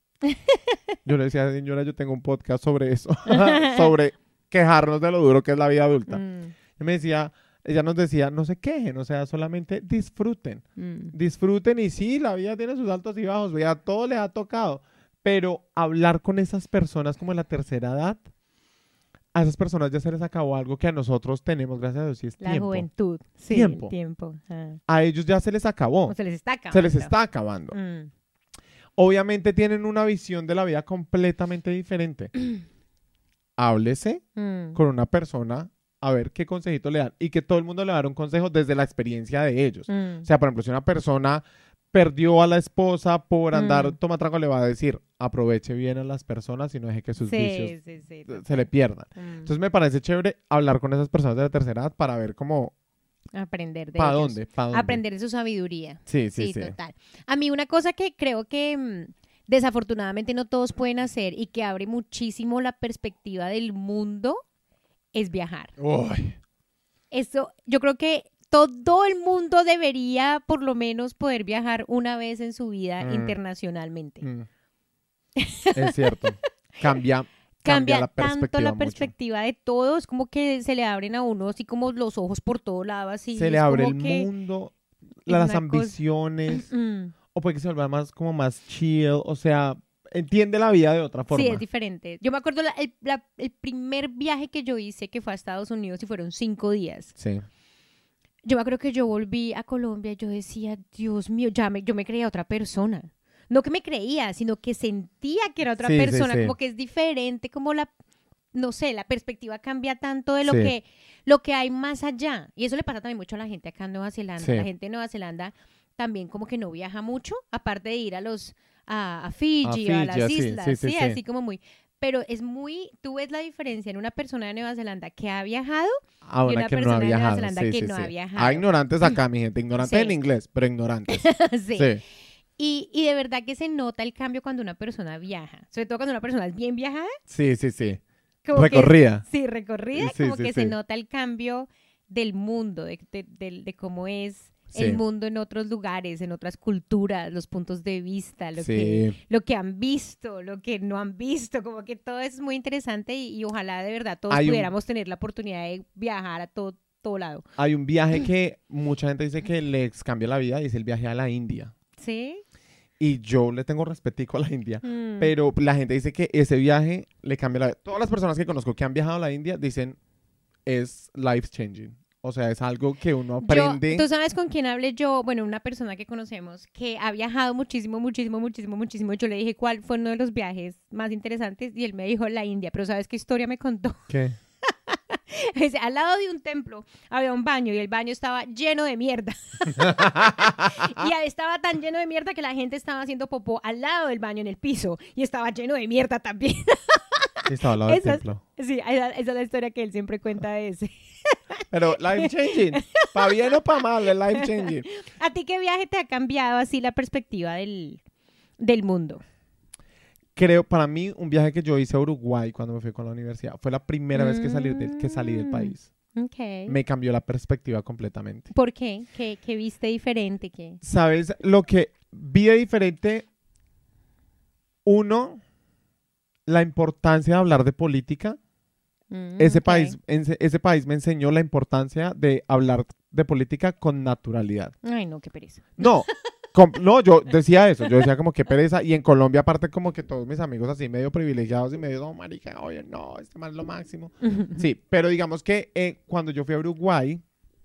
Yo le decía, señora, yo tengo un podcast sobre eso, sobre quejarnos de lo duro que es la vida adulta. Mm. Y me decía, ella nos decía, no se quejen, o sea, solamente disfruten. Mm. Disfruten y sí, la vida tiene sus altos y bajos, ya todo le ha tocado. Pero hablar con esas personas como en la tercera edad, a esas personas ya se les acabó algo que a nosotros tenemos, gracias a Dios, y es La tiempo. juventud. Sí, Tiempo. el tiempo. Ah. A ellos ya se les acabó, O se les está acabando. se les está acabando. Mm. Obviamente tienen una visión de la vida completamente diferente. Háblese Mm. con una persona a ver qué consejito le dan y que todo el mundo le va a dar un consejo desde la experiencia de ellos. Mm. O sea, por ejemplo, si una persona perdió a la esposa por andar Mm. tomatrago, le va a decir, aproveche bien a las personas y no deje que sus sí, vicios sí, sí. se le pierdan. Mm. Entonces me parece chévere hablar con esas personas de la tercera edad para ver cómo, Aprender de para ellos. dónde, para dónde. Aprender de su sabiduría. Sí, sí, Sí, sí. total. A mí una cosa que creo que mm, desafortunadamente no todos pueden hacer y que abre muchísimo la perspectiva del mundo es viajar. Uy, Eso, yo creo que todo el mundo debería por lo menos poder viajar una vez en su vida Mm. internacionalmente. mm. Es cierto. Cambia, cambia, Cambia la perspectiva tanto la mucho. perspectiva de todo, es como que se le abren a uno así como los ojos por todo lado, así. Se le es abre como el que- mundo, es las una cosa- ambiciones, Mm. o puede que se vuelva más como más chill, o sea, entiende la vida de otra forma. Sí, es diferente. Yo me acuerdo la- el, la- el primer viaje que yo hice, que fue a Estados Unidos y fueron cinco días. Sí. Yo me acuerdo que yo volví a Colombia y yo decía, Dios mío, ya me, yo me creía otra persona. No que me creía, sino que sentía que era otra Sí, sí, persona, sí. como que es diferente, como la, no sé, la perspectiva cambia tanto de lo Sí. que lo que hay más allá. Y eso le pasa también mucho a la gente acá en Nueva Zelanda. Sí. La gente de Nueva Zelanda también como que no viaja mucho, aparte de ir a los a, a Fiji, a, A las Fiji, así, islas, sí, sí, sí, sí. así como muy. Pero es muy, tú ves la diferencia en una persona de Nueva Zelanda que ha viajado. A Y una una que no persona ha de Nueva viajado. Zelanda sí, que sí, no sí. ha viajado. Hay ignorantes acá, mi gente. Ignorantes Sí. en inglés, pero ignorantes. Sí. Sí. Y, y de verdad que se nota el cambio cuando una persona viaja. Sobre todo cuando una persona es bien viajada. Sí, sí, sí. Como que- Recorrida. sí, recorrida. Sí, como sí, que sí. se nota el cambio del mundo, de, de, de- de cómo es Sí. el mundo en otros lugares, en otras culturas, los puntos de vista, lo, Sí. que, lo que han visto, lo que no han visto. Como que todo eso es muy interesante y, y ojalá de verdad todos Hay un- pudiéramos tener la oportunidad de viajar a todo, todo lado. Hay un viaje que mucha gente dice que les cambia la vida y es el viaje a la India. ¿Sí? Y yo le tengo respetico a la India. Mm. Pero la gente dice que ese viaje le cambia la vida. Todas las personas que conozco que han viajado a la India dicen es life changing. O sea, es algo que uno aprende. Yo, ¿tú sabes con quién hablé yo? Bueno, una persona que conocemos que ha viajado muchísimo, muchísimo, muchísimo, muchísimo. Yo le dije cuál fue uno de los viajes más interesantes y él me dijo la India. Pero ¿sabes qué historia me contó? ¿Qué? Dice, al lado de un templo había un baño y el baño estaba lleno de mierda. Y estaba tan lleno de mierda que la gente estaba haciendo popó al lado del baño en el piso y estaba lleno de mierda también. Sí, estaba al lado del Esa es- templo. Sí, esa, esa es la historia que él siempre cuenta de ese. Pero life changing. Pa' bien o pa' mal, es life changing. ¿A ti qué viaje te ha cambiado así la perspectiva del, del mundo? Creo, para mí, un viaje que yo hice a Uruguay cuando me fui con la universidad fue la primera vez que salí, del, que salí del Mm. país. Okay. Me cambió la perspectiva completamente. ¿Por qué? ¿Qué, qué viste diferente? ¿Qué? ¿Sabes lo que vi de diferente? Uno, la importancia de hablar de política. Mm, Ese, ok. país, ense- ese país me enseñó la importancia de hablar de política con naturalidad. Ay, no, qué pereza. No, com- no, yo decía eso, yo decía como que pereza, y en Colombia aparte como que todos mis amigos así medio privilegiados y medio, no, marica, oye, no, este man es lo máximo. Sí, pero digamos que eh, cuando yo fui a Uruguay,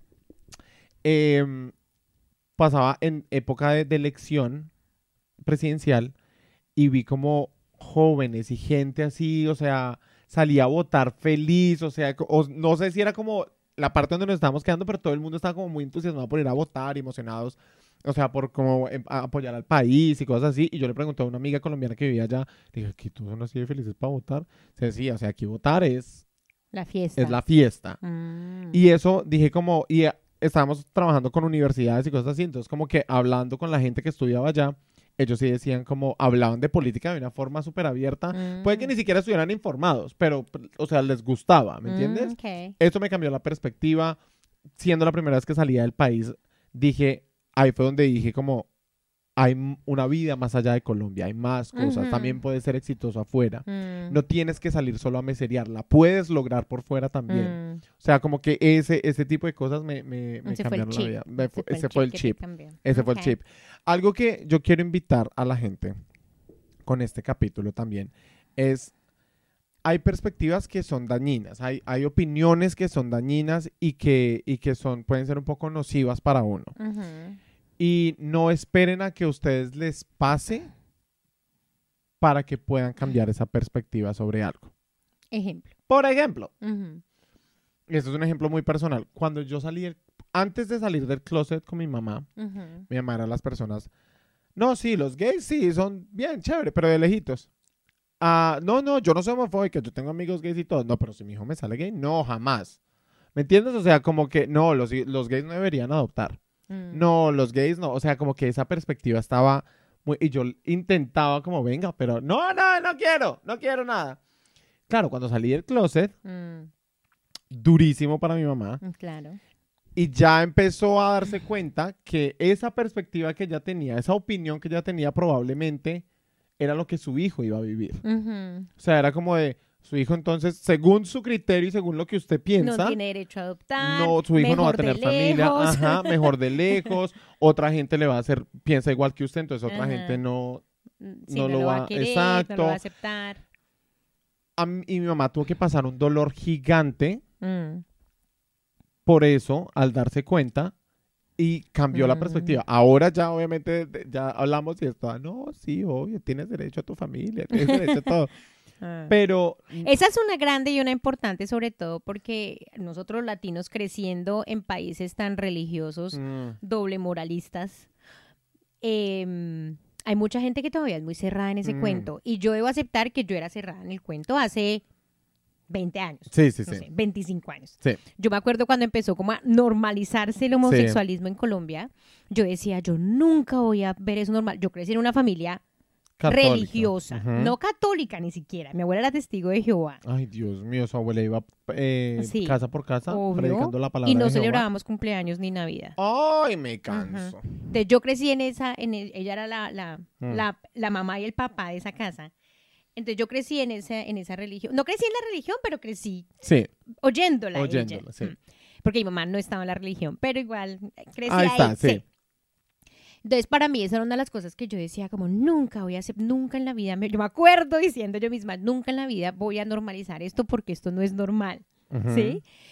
em, pasaba en época de, de elección presidencial y vi como jóvenes y gente así, o sea, salía a votar feliz, o sea, co- o no sé si era como la parte donde nos estábamos quedando, pero todo el mundo estaba como muy entusiasmado por ir a votar, emocionados, o sea, por como em, a- apoyar al país y cosas así. Y yo le pregunté a una amiga colombiana que vivía allá, le dije, ¿aquí todos son así de felices para votar? Se decía, o sea, aquí votar es, La fiesta. es la fiesta. Mm. Y eso dije como, y eh, estábamos trabajando con universidades y cosas así, entonces como que hablando con la gente que estudiaba allá, ellos sí decían como, hablaban de política de una forma súper abierta. Mm. Puede que ni siquiera estuvieran informados, pero, o sea, les gustaba, ¿me entiendes? Mm, ok. Eso me cambió la perspectiva. Siendo la primera vez que salía del país, dije, ahí fue donde dije como, hay m- una vida más allá de Colombia, hay más cosas, Ujú. también puedes ser exitoso afuera. Mm. No tienes que salir solo a meserearla, puedes lograr por fuera también. Mm. O sea, como que ese, ese tipo de cosas me, me, me Ese fue el cambiaron la chip. vida. Me fu- ese el fue el que te chip. cambió. Ese fue el Ok. chip. Algo que yo quiero invitar a la gente con este capítulo también es, hay perspectivas que son dañinas, hay, hay opiniones que son dañinas y que, y que son, pueden ser un poco nocivas para uno. Ujú. Y no esperen a que a ustedes les pase para que puedan cambiar esa perspectiva sobre algo. Ejemplo. Por ejemplo, Ujú. y esto es un ejemplo muy personal, cuando yo salí, del- antes de salir del closet con mi mamá, Ujú. mi mamá era las personas, no, sí, los gays sí, son bien chévere, pero de lejitos. Ah, no, no, yo no soy homofóbica, yo tengo amigos gays y todo. No, pero si mi hijo me sale gay, no, jamás. ¿Me entiendes? O sea, como que no, los, los gays no deberían adoptar. Mm. No, los gays no. O sea, como que esa perspectiva estaba muy... Y yo intentaba como, venga, pero no, no, no quiero, no quiero nada. Claro, cuando salí del closet, Mm. durísimo para mi mamá. Mm, Claro. Y ya empezó a darse cuenta que esa perspectiva que ella tenía, esa opinión que ella tenía probablemente era lo que su hijo iba a vivir. Ujú. O sea, era como de su hijo entonces, según su criterio y según lo que usted piensa, No no, tiene derecho a adoptar. su hijo no va a mejor de tener familia, lejos. ajá, mejor de lejos, otra gente le va a hacer, piensa igual que usted, entonces otra Ajá. gente no, Mm, sí, no no, lo lo va va- a querer, no exacto. lo va a aceptar. a mí- y mi mamá tuvo que pasar un dolor gigante Mm. por eso, al darse cuenta, y cambió la Mm. perspectiva. Ahora ya obviamente de- ya hablamos y esto, ah, no, sí, obvio, tienes derecho a tu familia, tienes derecho a todo, Ah. pero Esa es una grande y una importante, sobre todo porque nosotros latinos creciendo en países tan religiosos, mm, doble moralistas, em, hay mucha gente que todavía es muy cerrada en ese Mm. cuento. Y yo debo aceptar que yo era cerrada en el cuento hace veinte años. sí, sí, No sí. sé, veinticinco años. Sí. Yo me acuerdo cuando empezó como a normalizarse el homosexualismo en Colombia, yo decía, yo nunca voy a ver eso normal. Yo crecí en una familia Católica. religiosa, Ujú. no católica ni siquiera. Mi abuela era testigo de Jehová. Ay, Dios mío, su abuela iba eh, Sí, casa por casa obvio, predicando la palabra Y no de Jehová. celebrábamos cumpleaños ni Navidad. Ay, me canso. Entonces yo crecí en esa, en el- ella era la, la, Mm. la, la mamá y el papá de esa casa. Entonces yo crecí en esa, en esa religión. No crecí en la religión, pero crecí Sí, oyéndola. a ella. oyéndola, sí. Mm. Porque mi mamá no estaba en la religión, pero igual eh, crecí Ahí ahí. está, sí. Entonces, para mí, esa era una de las cosas que yo decía, como nunca voy a hacer, nunca en la vida, me- yo me acuerdo diciendo yo misma, nunca en la vida voy a normalizar esto porque esto no es normal, Ujú. ¿sí?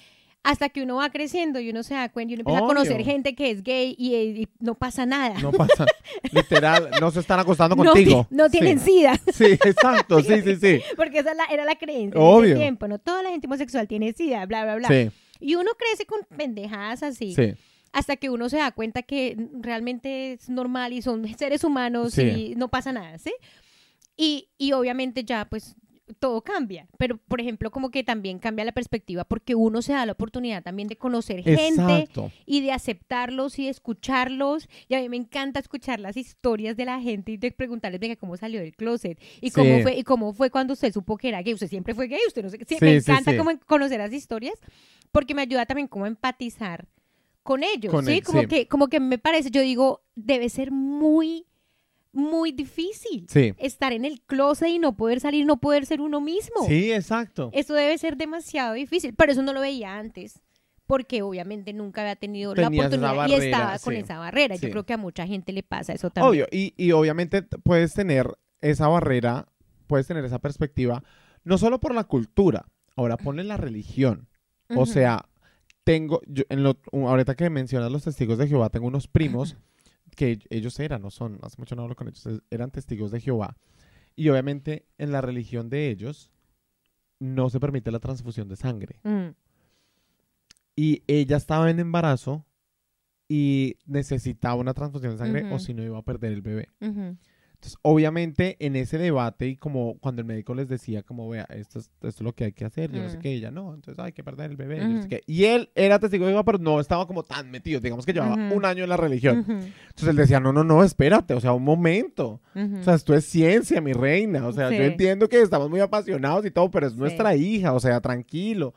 Hasta que uno va creciendo y uno se da cuenta y uno empieza Obvio. a conocer gente que es gay y, y no pasa nada. No pasa, literal, no se están acostando No contigo. ti- no tienen sí. sida. Sí, exacto, sí, sí, sí. Porque esa es la- era la creencia en Obvio. ese tiempo, ¿no? Toda la gente homosexual tiene sida, bla, bla, bla. Sí, Y uno crece con pendejadas así. sí. Hasta que uno se da cuenta que realmente es normal y son seres humanos Sí. y no pasa nada, ¿sí? Y, y obviamente ya, pues, todo cambia. Pero, por ejemplo, como que también cambia la perspectiva porque uno se da la oportunidad también de conocer gente Exacto. y de aceptarlos y de escucharlos. Y a mí me encanta escuchar las historias de la gente y de preguntarles de que cómo salió del closet y Sí. cómo fue y cómo fue cuando usted supo que era gay. Usted siempre fue gay, usted no sé qué. Sí, Sí, me sí, encanta sí. como conocer las historias porque me ayuda también como a empatizar con ellos, Con ¿sí? él, como sí. que como que me parece, yo digo, debe ser muy muy difícil Sí. estar en el closet y no poder salir, no poder ser uno mismo. Sí, exacto. Eso debe ser demasiado difícil, pero eso no lo veía antes, porque obviamente nunca había tenido la Tenías esa oportunidad y barrera, estaba con sí. esa barrera. Sí. Yo creo que a mucha gente le pasa eso también. Obvio, y, y obviamente t- puedes tener esa barrera, puedes tener esa perspectiva, no solo por la cultura, ahora ponle la religión. O Ujú. sea, tengo, yo, en lo, u- ahorita que mencionas los testigos de Jehová, tengo unos primos que ellos eran, no son, hace mucho no hablo con ellos, es- eran testigos de Jehová. Y obviamente en la religión de ellos no se permite la transfusión de sangre. Mm. Y ella estaba en embarazo y necesitaba una transfusión de sangre Ujú. o si no iba a perder el bebé. Ujú. Entonces, obviamente, en ese debate y como cuando el médico les decía como, vea, esto es, esto es lo que hay que hacer, yo no sé Mm. qué, ella no, entonces hay que perder el bebé, yo no sé Ujú. qué. Y él era testigo de Jehová, pero no estaba como tan metido, digamos que llevaba Ujú. un año en la religión. Ujú. Entonces él decía, no, no, no, espérate, o sea, un momento. Ujú. O sea, esto es ciencia, mi reina. O sea, Sí. yo entiendo que estamos muy apasionados y todo, pero es Sí. nuestra hija, o sea, tranquilo.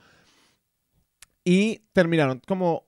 Y terminaron como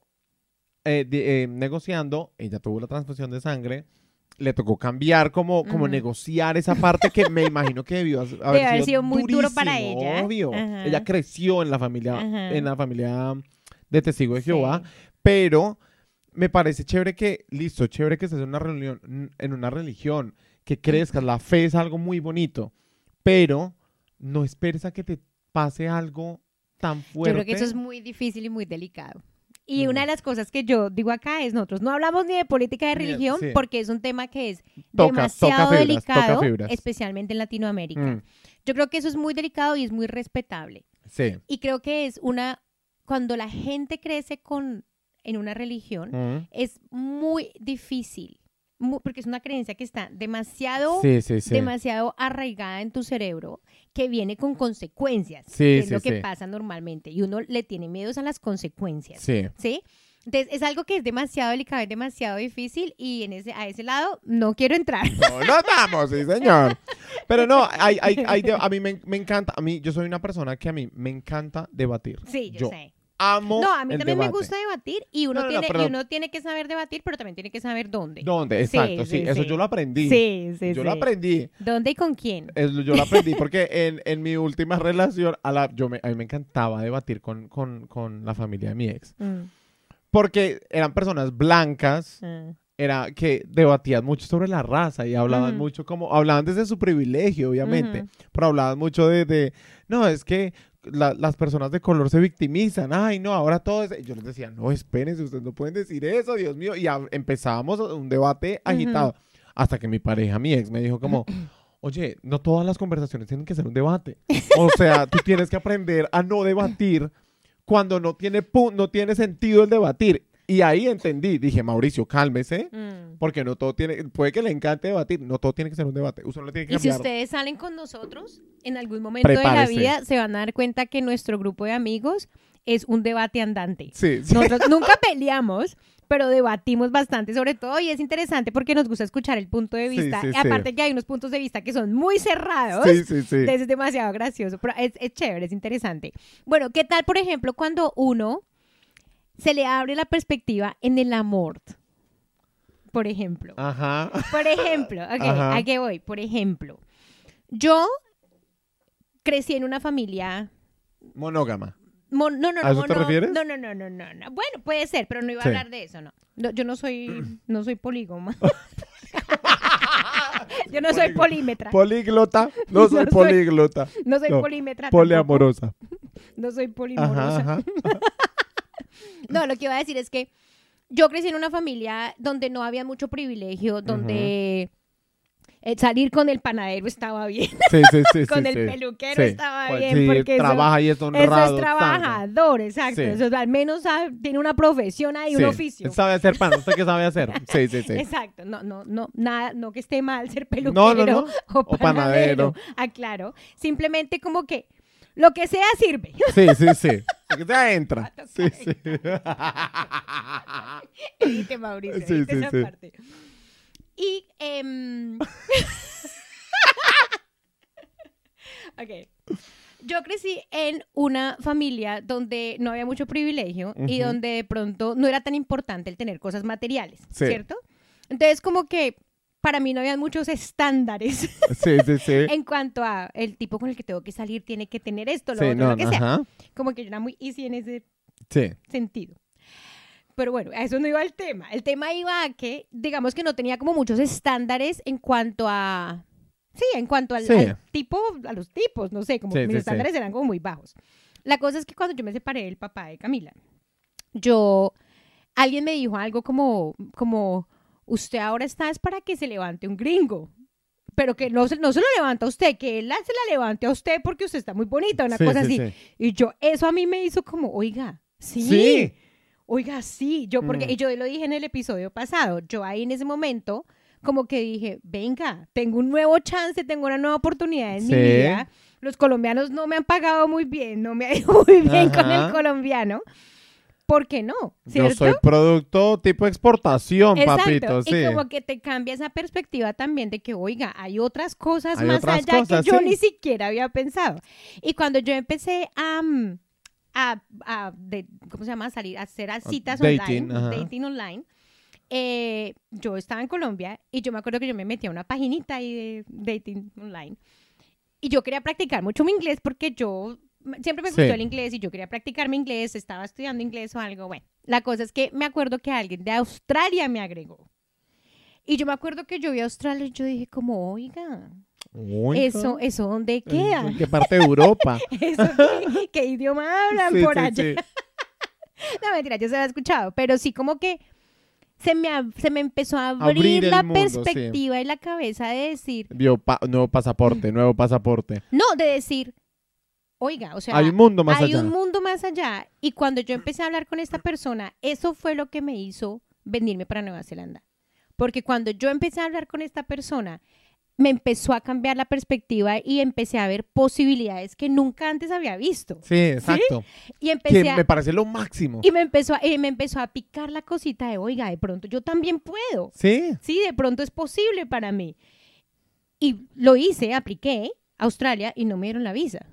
eh, di- eh, negociando, ella tuvo la transfusión de sangre, le tocó cambiar como, como Ujú. negociar esa parte que me imagino que debió haber, Debe haber sido muy duro para durísimo, ella. Obvio. Ajá. Ella creció en la familia, Ajá. en la familia de Testigo de Jehová, Sí. pero me parece chévere que, listo, chévere que estés en una reunión, en una religión, que crezcas, la fe es algo muy bonito, pero no esperes a que te pase algo tan fuerte. Yo creo que eso es muy difícil y muy delicado. Y Mm. una de las cosas que yo digo acá es, nosotros no hablamos ni de política de Ni de- religión sí. porque es un tema que es Toca- demasiado toca fibras, toca delicado, fibras. especialmente en Latinoamérica. Mm, Yo creo que eso es muy delicado y es muy respetable. sí. Y creo que es una, cuando la gente crece con, en una religión, Mm. es muy difícil, mu- porque es una creencia que está demasiado, Sí, sí, sí. demasiado arraigada en tu cerebro, que viene con consecuencias, Sí, que es sí, lo que sí. pasa normalmente, y uno le tiene miedo a las consecuencias, Sí. ¿sí? Entonces, es algo que es demasiado delicado, es demasiado difícil, y en ese, a ese lado no quiero entrar. No, no estamos, sí, señor. Pero no, hay, hay, hay de- a mí me, me encanta, a mí, yo soy una persona que a mí me encanta debatir. Sí, yo, Yo sé. Amo No, a mí el también me debate. gusta debatir, y uno, No, no, no, tiene, pero- y uno tiene que saber debatir, pero también tiene que saber dónde. ¿Dónde? Sí, Exacto, sí, sí, eso sí. yo lo aprendí. Sí, sí, yo sí. lo aprendí. ¿Dónde y con quién? Es- yo lo aprendí porque en, en mi última relación, a, la, yo me, a mí me encantaba debatir con, con, con la familia de mi ex. Mm, Porque eran personas blancas, ah. era que debatían mucho sobre la raza y hablaban Ujú. mucho como, hablaban desde su privilegio, obviamente, Ujú. pero hablaban mucho de, de no, es que la- las personas de color se victimizan, ay, no, ahora todo es... Y yo les decía, no, espérense, ustedes no pueden decir eso, Dios mío, y a- empezábamos un debate agitado, hasta que mi pareja, mi ex, me dijo como... Oye, no todas las conversaciones tienen que ser un debate. O sea, tú tienes que aprender a no debatir cuando no tiene, pu- no tiene sentido el debatir. Y ahí entendí, dije, Mauricio, cálmese, Mm. porque no todo tiene, puede que le encante debatir, no todo tiene que ser un debate. Usted no le tiene que Y si cambiar. ustedes salen con nosotros, en algún momento de la Prepárese. vida se van a dar cuenta que nuestro grupo de amigos es un debate andante. Sí, sí. Nosotros nunca peleamos, pero debatimos bastante sobre todo y es interesante porque nos gusta escuchar el punto de Sí, vista. sí, y sí. aparte que hay unos puntos de vista que son muy cerrados. Sí, sí, sí. Entonces es demasiado gracioso, pero es, es chévere, es interesante. Bueno, ¿qué tal, por ejemplo, cuando uno se le abre la perspectiva en el amor? Por ejemplo. Ajá. Por ejemplo, ok, Ajá. ¿a qué voy? Por ejemplo, yo crecí en una familia... Monógama. mon- no, no, no, ¿A eso te no, refieres? no, no, no, no, no, no. Bueno, puede ser, pero no iba a Sí. hablar de eso, no. No, yo no soy, no soy polígoma. Yo no soy polímetra. Políglota. No soy No soy- políglota. No soy no, polímetra. tampoco. Poliamorosa. No soy polimorosa. Ajá, ajá. No, lo que iba a decir es que yo crecí en una familia donde no había mucho privilegio, donde eh, salir con el panadero estaba bien, Sí, sí, sí. con sí, el sí. peluquero Sí. estaba Pues bien, sí, porque eso, trabaja y es eso honrado. es trabajador, exacto. Sí. Eso, al menos ah, tiene una profesión ahí, Sí. un oficio. Él sabe hacer pan. ¿Usted qué sabe hacer? Sí, sí, sí. Exacto, no, no, no, nada, no que esté mal ser peluquero No, no, no. o O panadero, panadero. aclaro, simplemente como que lo que sea sirve. Sí, sí, sí. Porque ya entra. Sí, sí. Edite, Mauricio, Sí, edite sí, esa sí. parte. Y, em, ok, yo crecí en una familia donde no había mucho privilegio y Ujú. donde de pronto no era tan importante el tener cosas materiales, Sí. ¿cierto? Entonces como que para mí no había muchos estándares Sí, sí, sí. en cuanto a el tipo con el que tengo que salir tiene que tener esto, lo Sí, otro, no, lo que no, sea. ajá. Como que yo era muy easy en ese Sí. sentido. Pero bueno, a eso no iba el tema. El tema iba a que, digamos que no tenía como muchos estándares en cuanto a... Sí, en cuanto al, Sí. al tipo, a los tipos, no sé, como Sí, mis sí, estándares eran como muy bajos. La cosa es que cuando yo me separé del papá de Camila, yo... Alguien me dijo algo como, como, usted ahora está es para que se levante un gringo. Pero que no se, no se lo levanta a usted, que él la- se la levante a usted porque usted está muy bonita, una Sí, cosa sí, así. sí. Y yo, eso a mí me hizo como, oiga, sí, Sí. oiga, sí. Yo, porque, Mm. y yo lo dije en el episodio pasado, yo ahí en ese momento, como que dije, venga, tengo un nuevo chance, tengo una nueva oportunidad en mi Sí. vida. Los colombianos no me han pagado muy bien, no me ha ido muy bien con Ajá. el colombiano. ¿Por qué no? Yo ¿Cierto? soy producto tipo exportación, Exacto, papito. Sí. y como que te cambia esa perspectiva también de que, oiga, hay otras cosas Hay más otras allá cosas, que yo sí. ni siquiera había pensado. Y cuando yo empecé a, mm, a, a de- ¿cómo se llama? A salir, a hacer a citas dating, online, ajá. dating online, eh, yo estaba en Colombia y yo me acuerdo que yo me metí a una paginita ahí de dating online y yo quería practicar mucho mi inglés porque yo siempre me gustó Sí. el inglés y yo quería practicar mi inglés, estaba estudiando inglés o algo. Bueno, la cosa es que me acuerdo que alguien de Australia me agregó. Y yo me acuerdo que yo vi a Australia y yo dije como, oiga, Oiga. eso, eso ¿dónde queda? ¿En qué parte de Europa? ¿Eso qué, qué idioma hablan Sí, por sí, allá? sí. No, mentira, yo se lo he escuchado, pero sí como que se me, ab- se me empezó a abrir, Abrir el la mundo, sí. perspectiva y la cabeza de decir, Vio pa- nuevo pasaporte, nuevo pasaporte. no, de decir, oiga, o sea, Hay un mundo más hay allá. un mundo más allá. Y cuando yo empecé a hablar con esta persona, eso fue lo que me hizo venirme para Nueva Zelanda. Porque cuando yo empecé a hablar con esta persona, me empezó a cambiar la perspectiva y empecé a ver posibilidades que nunca antes había visto. Sí, exacto. Y empecé Que a, me parece lo máximo. y me empezó a, y me empezó a picar la cosita de, oiga, de pronto yo también puedo. Sí. Sí, de pronto es posible para mí. Y lo hice, apliqué a Australia y no me dieron la visa.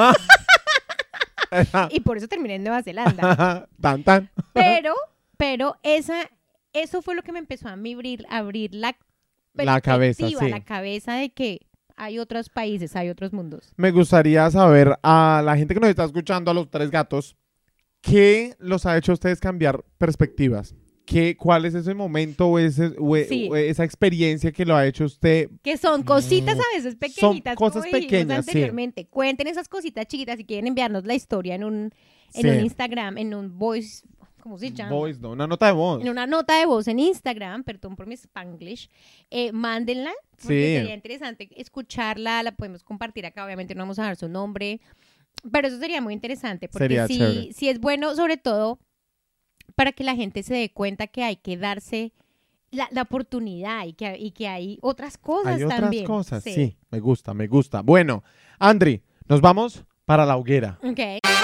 Ah. Y por eso terminé en Nueva Zelanda. Tan, tan. Pero, pero esa, eso fue lo que me empezó a abrir, a abrir la, La cabeza, perspectiva, sí. la cabeza de que hay otros países, hay otros mundos. Me gustaría saber a la gente que nos está escuchando, a los tres gatos, ¿qué los ha hecho a ustedes cambiar perspectivas? ¿Qué, ¿Cuál es ese momento o, ese, o, e- Sí. o esa experiencia que lo ha hecho usted? Que son cositas a veces pequeñitas, cosas como dijimos pequeñas, sí. anteriormente. Cuenten esas cositas chiquitas si quieren enviarnos la historia en un, en Sí. un Instagram, en un voice, ¿cómo se llama? Voice, no, una nota de voz. En una nota de voz en Instagram, perdón por mi Spanglish, eh, mándenla, porque Sí. sería interesante escucharla, la podemos compartir acá, obviamente no vamos a dar su nombre, pero eso sería muy interesante, porque Sería sí, chévere. sí es bueno, sobre todo, para que la gente se dé cuenta que hay que darse la, la oportunidad y que, y que hay otras cosas Hay otras también. cosas, sí. Me gusta, me gusta. Bueno, Andri, nos vamos para la hoguera. Ok.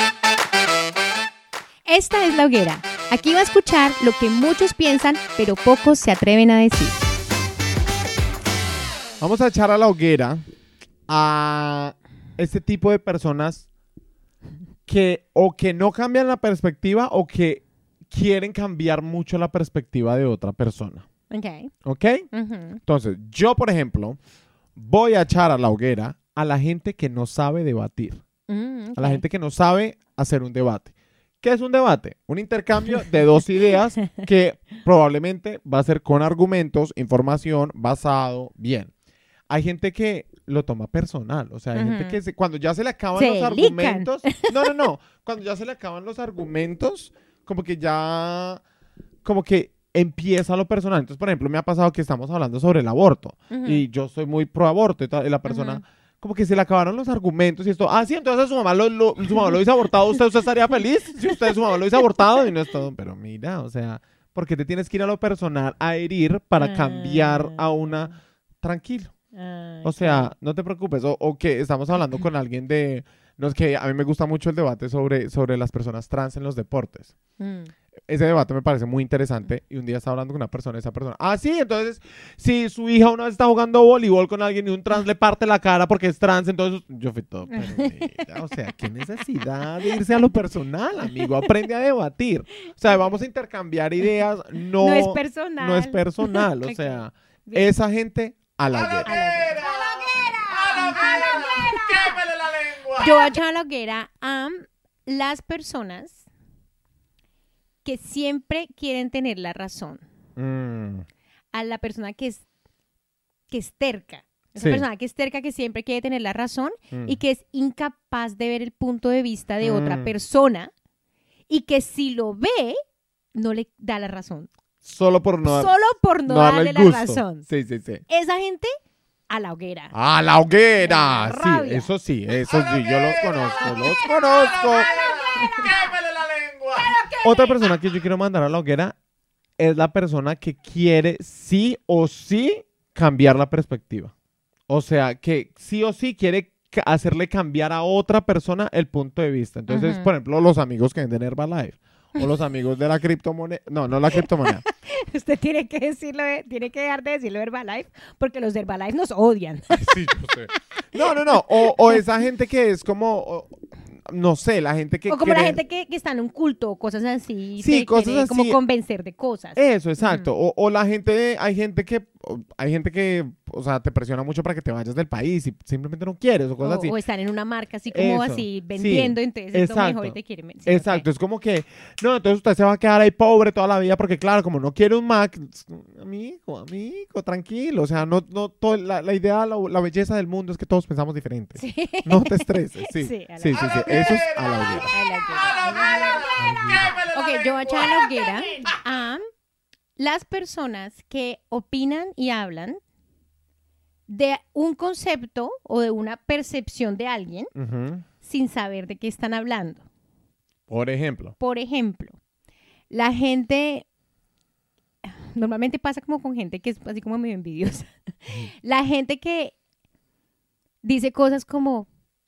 Esta es la hoguera. Aquí va a escuchar lo que muchos piensan, pero pocos se atreven a decir. Vamos a echar a la hoguera a este tipo de personas que o que no cambian la perspectiva o que quieren cambiar mucho la perspectiva de otra persona. Ok. ¿Ok? Ujú. Entonces, yo, por ejemplo, voy a echar a la hoguera a la gente que no sabe debatir, Mm, a la ok. gente que no sabe hacer un debate. ¿Qué es un debate? Un intercambio de dos ideas que probablemente va a ser con argumentos, información, basado, bien. Hay gente que lo toma personal, o sea, hay gente Ujú. que se- cuando ya se le acaban Se los lican. argumentos, no, no, no, cuando ya se le acaban los argumentos, como que ya, como que empieza lo personal. Entonces, por ejemplo, me ha pasado que estamos hablando sobre el aborto Ujú. y yo soy muy pro aborto y, tal, y la persona... Ujú. Como que se le acabaron los argumentos y esto. Ah, sí, entonces su mamá lo, lo- su mamá lo hizo abortado. ¿Usted, ¿Usted estaría feliz si usted, su mamá lo hizo abortado? Y no es todo. Pero mira, o sea, ¿por qué te tienes que ir a lo personal a herir para cambiar a una... Tranquilo. Ah, O sea, no te preocupes. O, o que estamos hablando con alguien de... No, es que a mí me gusta mucho el debate sobre, sobre las personas trans en los deportes. mm. Ese debate me parece muy interesante. Y un día estaba hablando con una persona, esa persona, ah, sí, entonces, si su hija una vez está jugando voleibol con alguien y un trans le parte la cara porque es trans, entonces yo fui todo, pero mira, o sea, qué necesidad de irse a lo personal, amigo, aprende a debatir. O sea, vamos a intercambiar ideas, no, No es personal. no es personal, o Ok, sea, bien. esa gente a la hoguera. A la hoguera. ¡A la hoguera! ¡Quémele la lengua! Yo voy a echar a la hoguera a las personas que siempre quieren tener la razón. Mm, A la persona que es, que es terca. Esa Sí. persona que es terca, que siempre quiere tener la razón mm. y que es incapaz de ver el punto de vista de otra Mm. persona y que si lo ve, no le da la razón. Solo por no, dar- Solo por no, no darle darle el la gusto. razón. Sí, sí, sí. Esa gente a la hoguera. ¡A la hoguera! La Sí, rabia. eso sí, eso sí, yo los conozco, los conozco. ¡Quémele la lengua! Otra persona que yo quiero mandar a la hoguera es la persona que quiere sí o sí cambiar la perspectiva. O sea, que sí o sí quiere ca- hacerle cambiar a otra persona el punto de vista. Entonces, Ujú. por ejemplo, los amigos que venden Herbalife o los amigos de la criptomoneda. No, no la criptomoneda. Usted tiene que decirlo, de- tiene que dejar de decirlo de Herbalife porque los de Herbalife nos odian. Sí, yo sé. No, no, no. O, o esa gente que es como, o- no sé, la gente que O como la cree- gente que, que está en un culto, cosas así. Sí, te cosas quiere así. como convencer de cosas. Eso, exacto. O, o la gente, hay gente que, o- hay gente que, o sea, te presiona mucho para que te vayas del país y simplemente no quieres o cosas o, así. o están en una marca así como Eso, así sí, vendiendo, entonces es lo exacto. mejor y te quieren. sí, Exacto, ok. es como que, no, entonces usted se va a quedar ahí pobre toda la vida porque claro, como no quiere un Mac, amigo, amigo, tranquilo, o sea, no, no, todo, la, la idea, la, la belleza del mundo es que todos pensamos diferente. Sí. No te estreses, sí, Sí, sí, a la- sí, sí, eso es a la hoguera. A la hoguera. ¡A la hoguera! ¡Quémele la Ok, yo voy a echar a lengua! la hoguera a las personas que opinan y hablan de un concepto o de una percepción de alguien Ujú. sin saber de qué están hablando. Por ejemplo. Por ejemplo, la gente, normalmente pasa como con gente que es así como medio envidiosa. La gente que dice cosas como,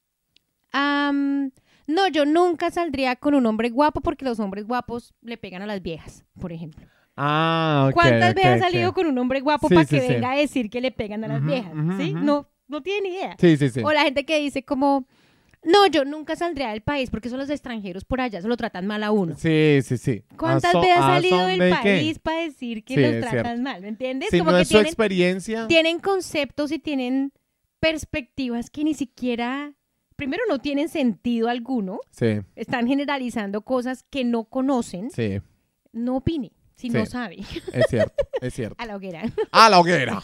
"Am, no, yo nunca saldría con un hombre guapo porque los hombres guapos le pegan a las viejas", por ejemplo. Ah, ok. ¿Cuántas ok, veces ok. has salido con un hombre guapo Sí, para sí, que sí. venga a decir que le pegan a las Ujú, viejas? ujú, ¿Sí? ujú. No, no tiene ni idea. Sí, sí, sí. O la gente que dice como, no, yo nunca saldría del país porque son los extranjeros por allá, se lo tratan mal a uno. Sí, sí, sí. ¿Cuántas ¿A so- veces has a salido son del de qué? país para decir que Sí, los es tratan cierto. mal? ¿Me entiendes? Si Como no que es su tienen, experiencia. tienen conceptos y tienen perspectivas que ni siquiera, primero no tienen sentido alguno, Sí, están generalizando cosas que no conocen, sí, no opine si Sí. no sabe. es cierto, es cierto. A la hoguera. ¡A la hoguera!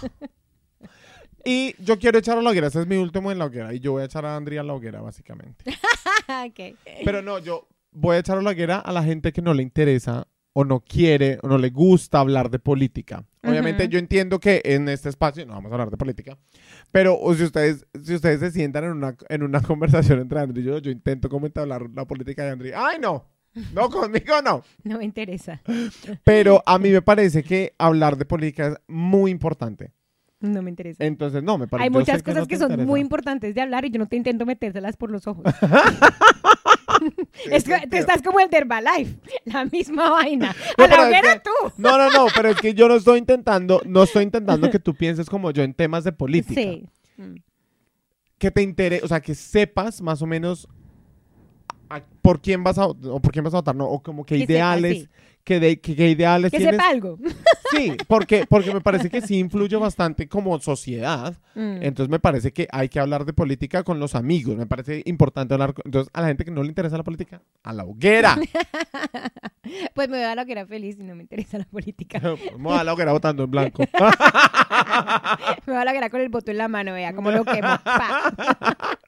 Y yo quiero echar a la hoguera, ese es mi último en la hoguera. Y yo voy a echar a Andrea a la hoguera, básicamente. Ok. Pero no, yo voy a echar a la hoguera a la gente que no le interesa o no quiere o no le gusta hablar de política. Obviamente Ujú. yo entiendo que en este espacio no vamos a hablar de política, pero o si ustedes si ustedes se sientan en una, en una conversación entre Andrea y yo, yo intento comentar hablar la política de Andrea. ¡Ay, no! No, conmigo no. No me interesa. Pero a mí me parece que hablar de política es muy importante. No me interesa. Entonces, no, me parece. Hay yo muchas sé cosas no que te son interesa. muy importantes de hablar y yo no te intento metérselas por los ojos. Es que tú estás como el de Herbalife, la misma vaina. No, A la pero es hoguera que- tú. No, no, no, pero es que yo no estoy intentando, no estoy intentando que tú pienses como yo en temas de política. Sí. Mm. Que te interese, o sea, que sepas más o menos a- por quién vas a o por quién vas a votar, no, o como que Que sepa, ideales, sí. que, de, que, que ideales Que tienes. sepa algo. Sí, porque, porque me parece que sí influye bastante como sociedad. Mm. Entonces me parece que hay que hablar de política con los amigos. Me parece importante hablar. con- Entonces, a la gente que no le interesa la política, a la hoguera. Pues me voy a la hoguera feliz y no me interesa la política. Vamos a la hoguera votando en blanco. Me voy a la hoguera con el voto en la mano, vea cómo lo quemo. Pa.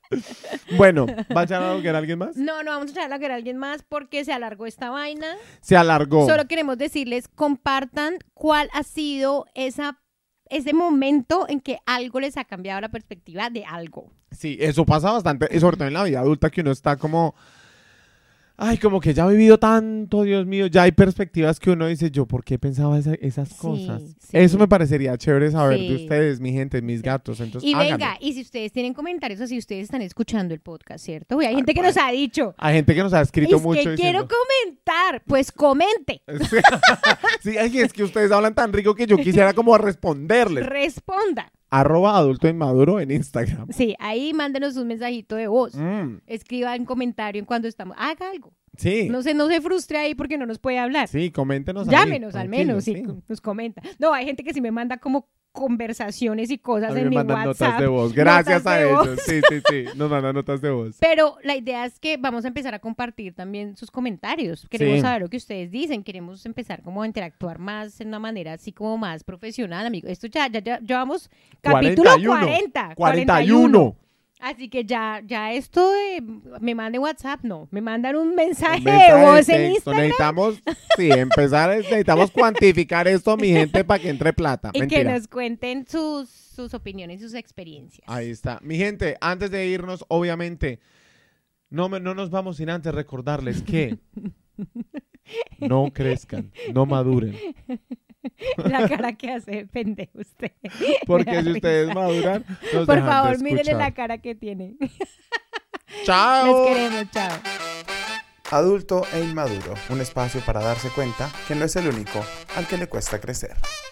Bueno, ¿va a echar a hoguera alguien más? No, no vamos a echar a la hoguera a alguien más porque se alargó esta vaina. Se alargó. Solo queremos decirles, compartan cuál ha sido esa, ese momento en que algo les ha cambiado la perspectiva de algo. Sí, eso pasa bastante, y sobre todo en la vida adulta, que uno está como... Ay, como que ya ha vivido tanto, Dios mío, ya hay perspectivas que uno dice, yo, ¿por qué pensaba esa- esas Sí, cosas? sí. Eso me parecería chévere saber Sí. de ustedes, mi gente, mis gatos, entonces Y háganlo. venga, y si ustedes tienen comentarios, o si ustedes están escuchando el podcast, ¿cierto? Uy, hay Ay, gente que ay. nos ha dicho, Hay gente que nos ha escrito es mucho que quiero diciendo... comentar, pues comente, Sí, ay, es que ustedes hablan tan rico que yo quisiera como responderles. responda. Arroba adulto inmaduro en Instagram. Sí, ahí mándenos un mensajito de voz. Mm, Escriba en comentario en cuando estamos. Haga algo. sí, No se, no se frustre ahí porque no nos puede hablar. sí, coméntenos ahí, Llámenos al tranquilos, menos y sí. nos comenta. No, hay gente que sí me manda como conversaciones y cosas A mí en me mi mandan WhatsApp. notas de voz. Gracias notas a de ellos. voz. Sí, sí, sí. Nos mandan notas de voz. Pero la idea es que vamos a empezar a compartir también sus comentarios. Queremos Sí. saber lo que ustedes dicen. Queremos empezar como a interactuar más en una manera así como más profesional, amigo. Esto ya, ya, ya llevamos capítulo cuarenta y uno. cuarenta. cuarenta y uno. Así que ya, ya esto de me manden WhatsApp, no. Me mandan un mensaje, Un mensaje de voz de en texto. Instagram Necesitamos, sí, empezar, necesitamos cuantificar esto, mi gente, para que entre plata. y que Mentira. nos cuenten sus, sus opiniones y sus experiencias. Ahí está. Mi gente, antes de irnos, obviamente, no, me- no nos vamos sin antes recordarles que no crezcan, no maduren. La cara que hace pendejo usted. Porque Me da si ustedes risa. maduran, nos Por dejan de favor, mírenle escuchar. la cara que tienen. ¡Chao! Les queremos, chao. Adulto e inmaduro, un espacio para darse cuenta que no es el único al que le cuesta crecer.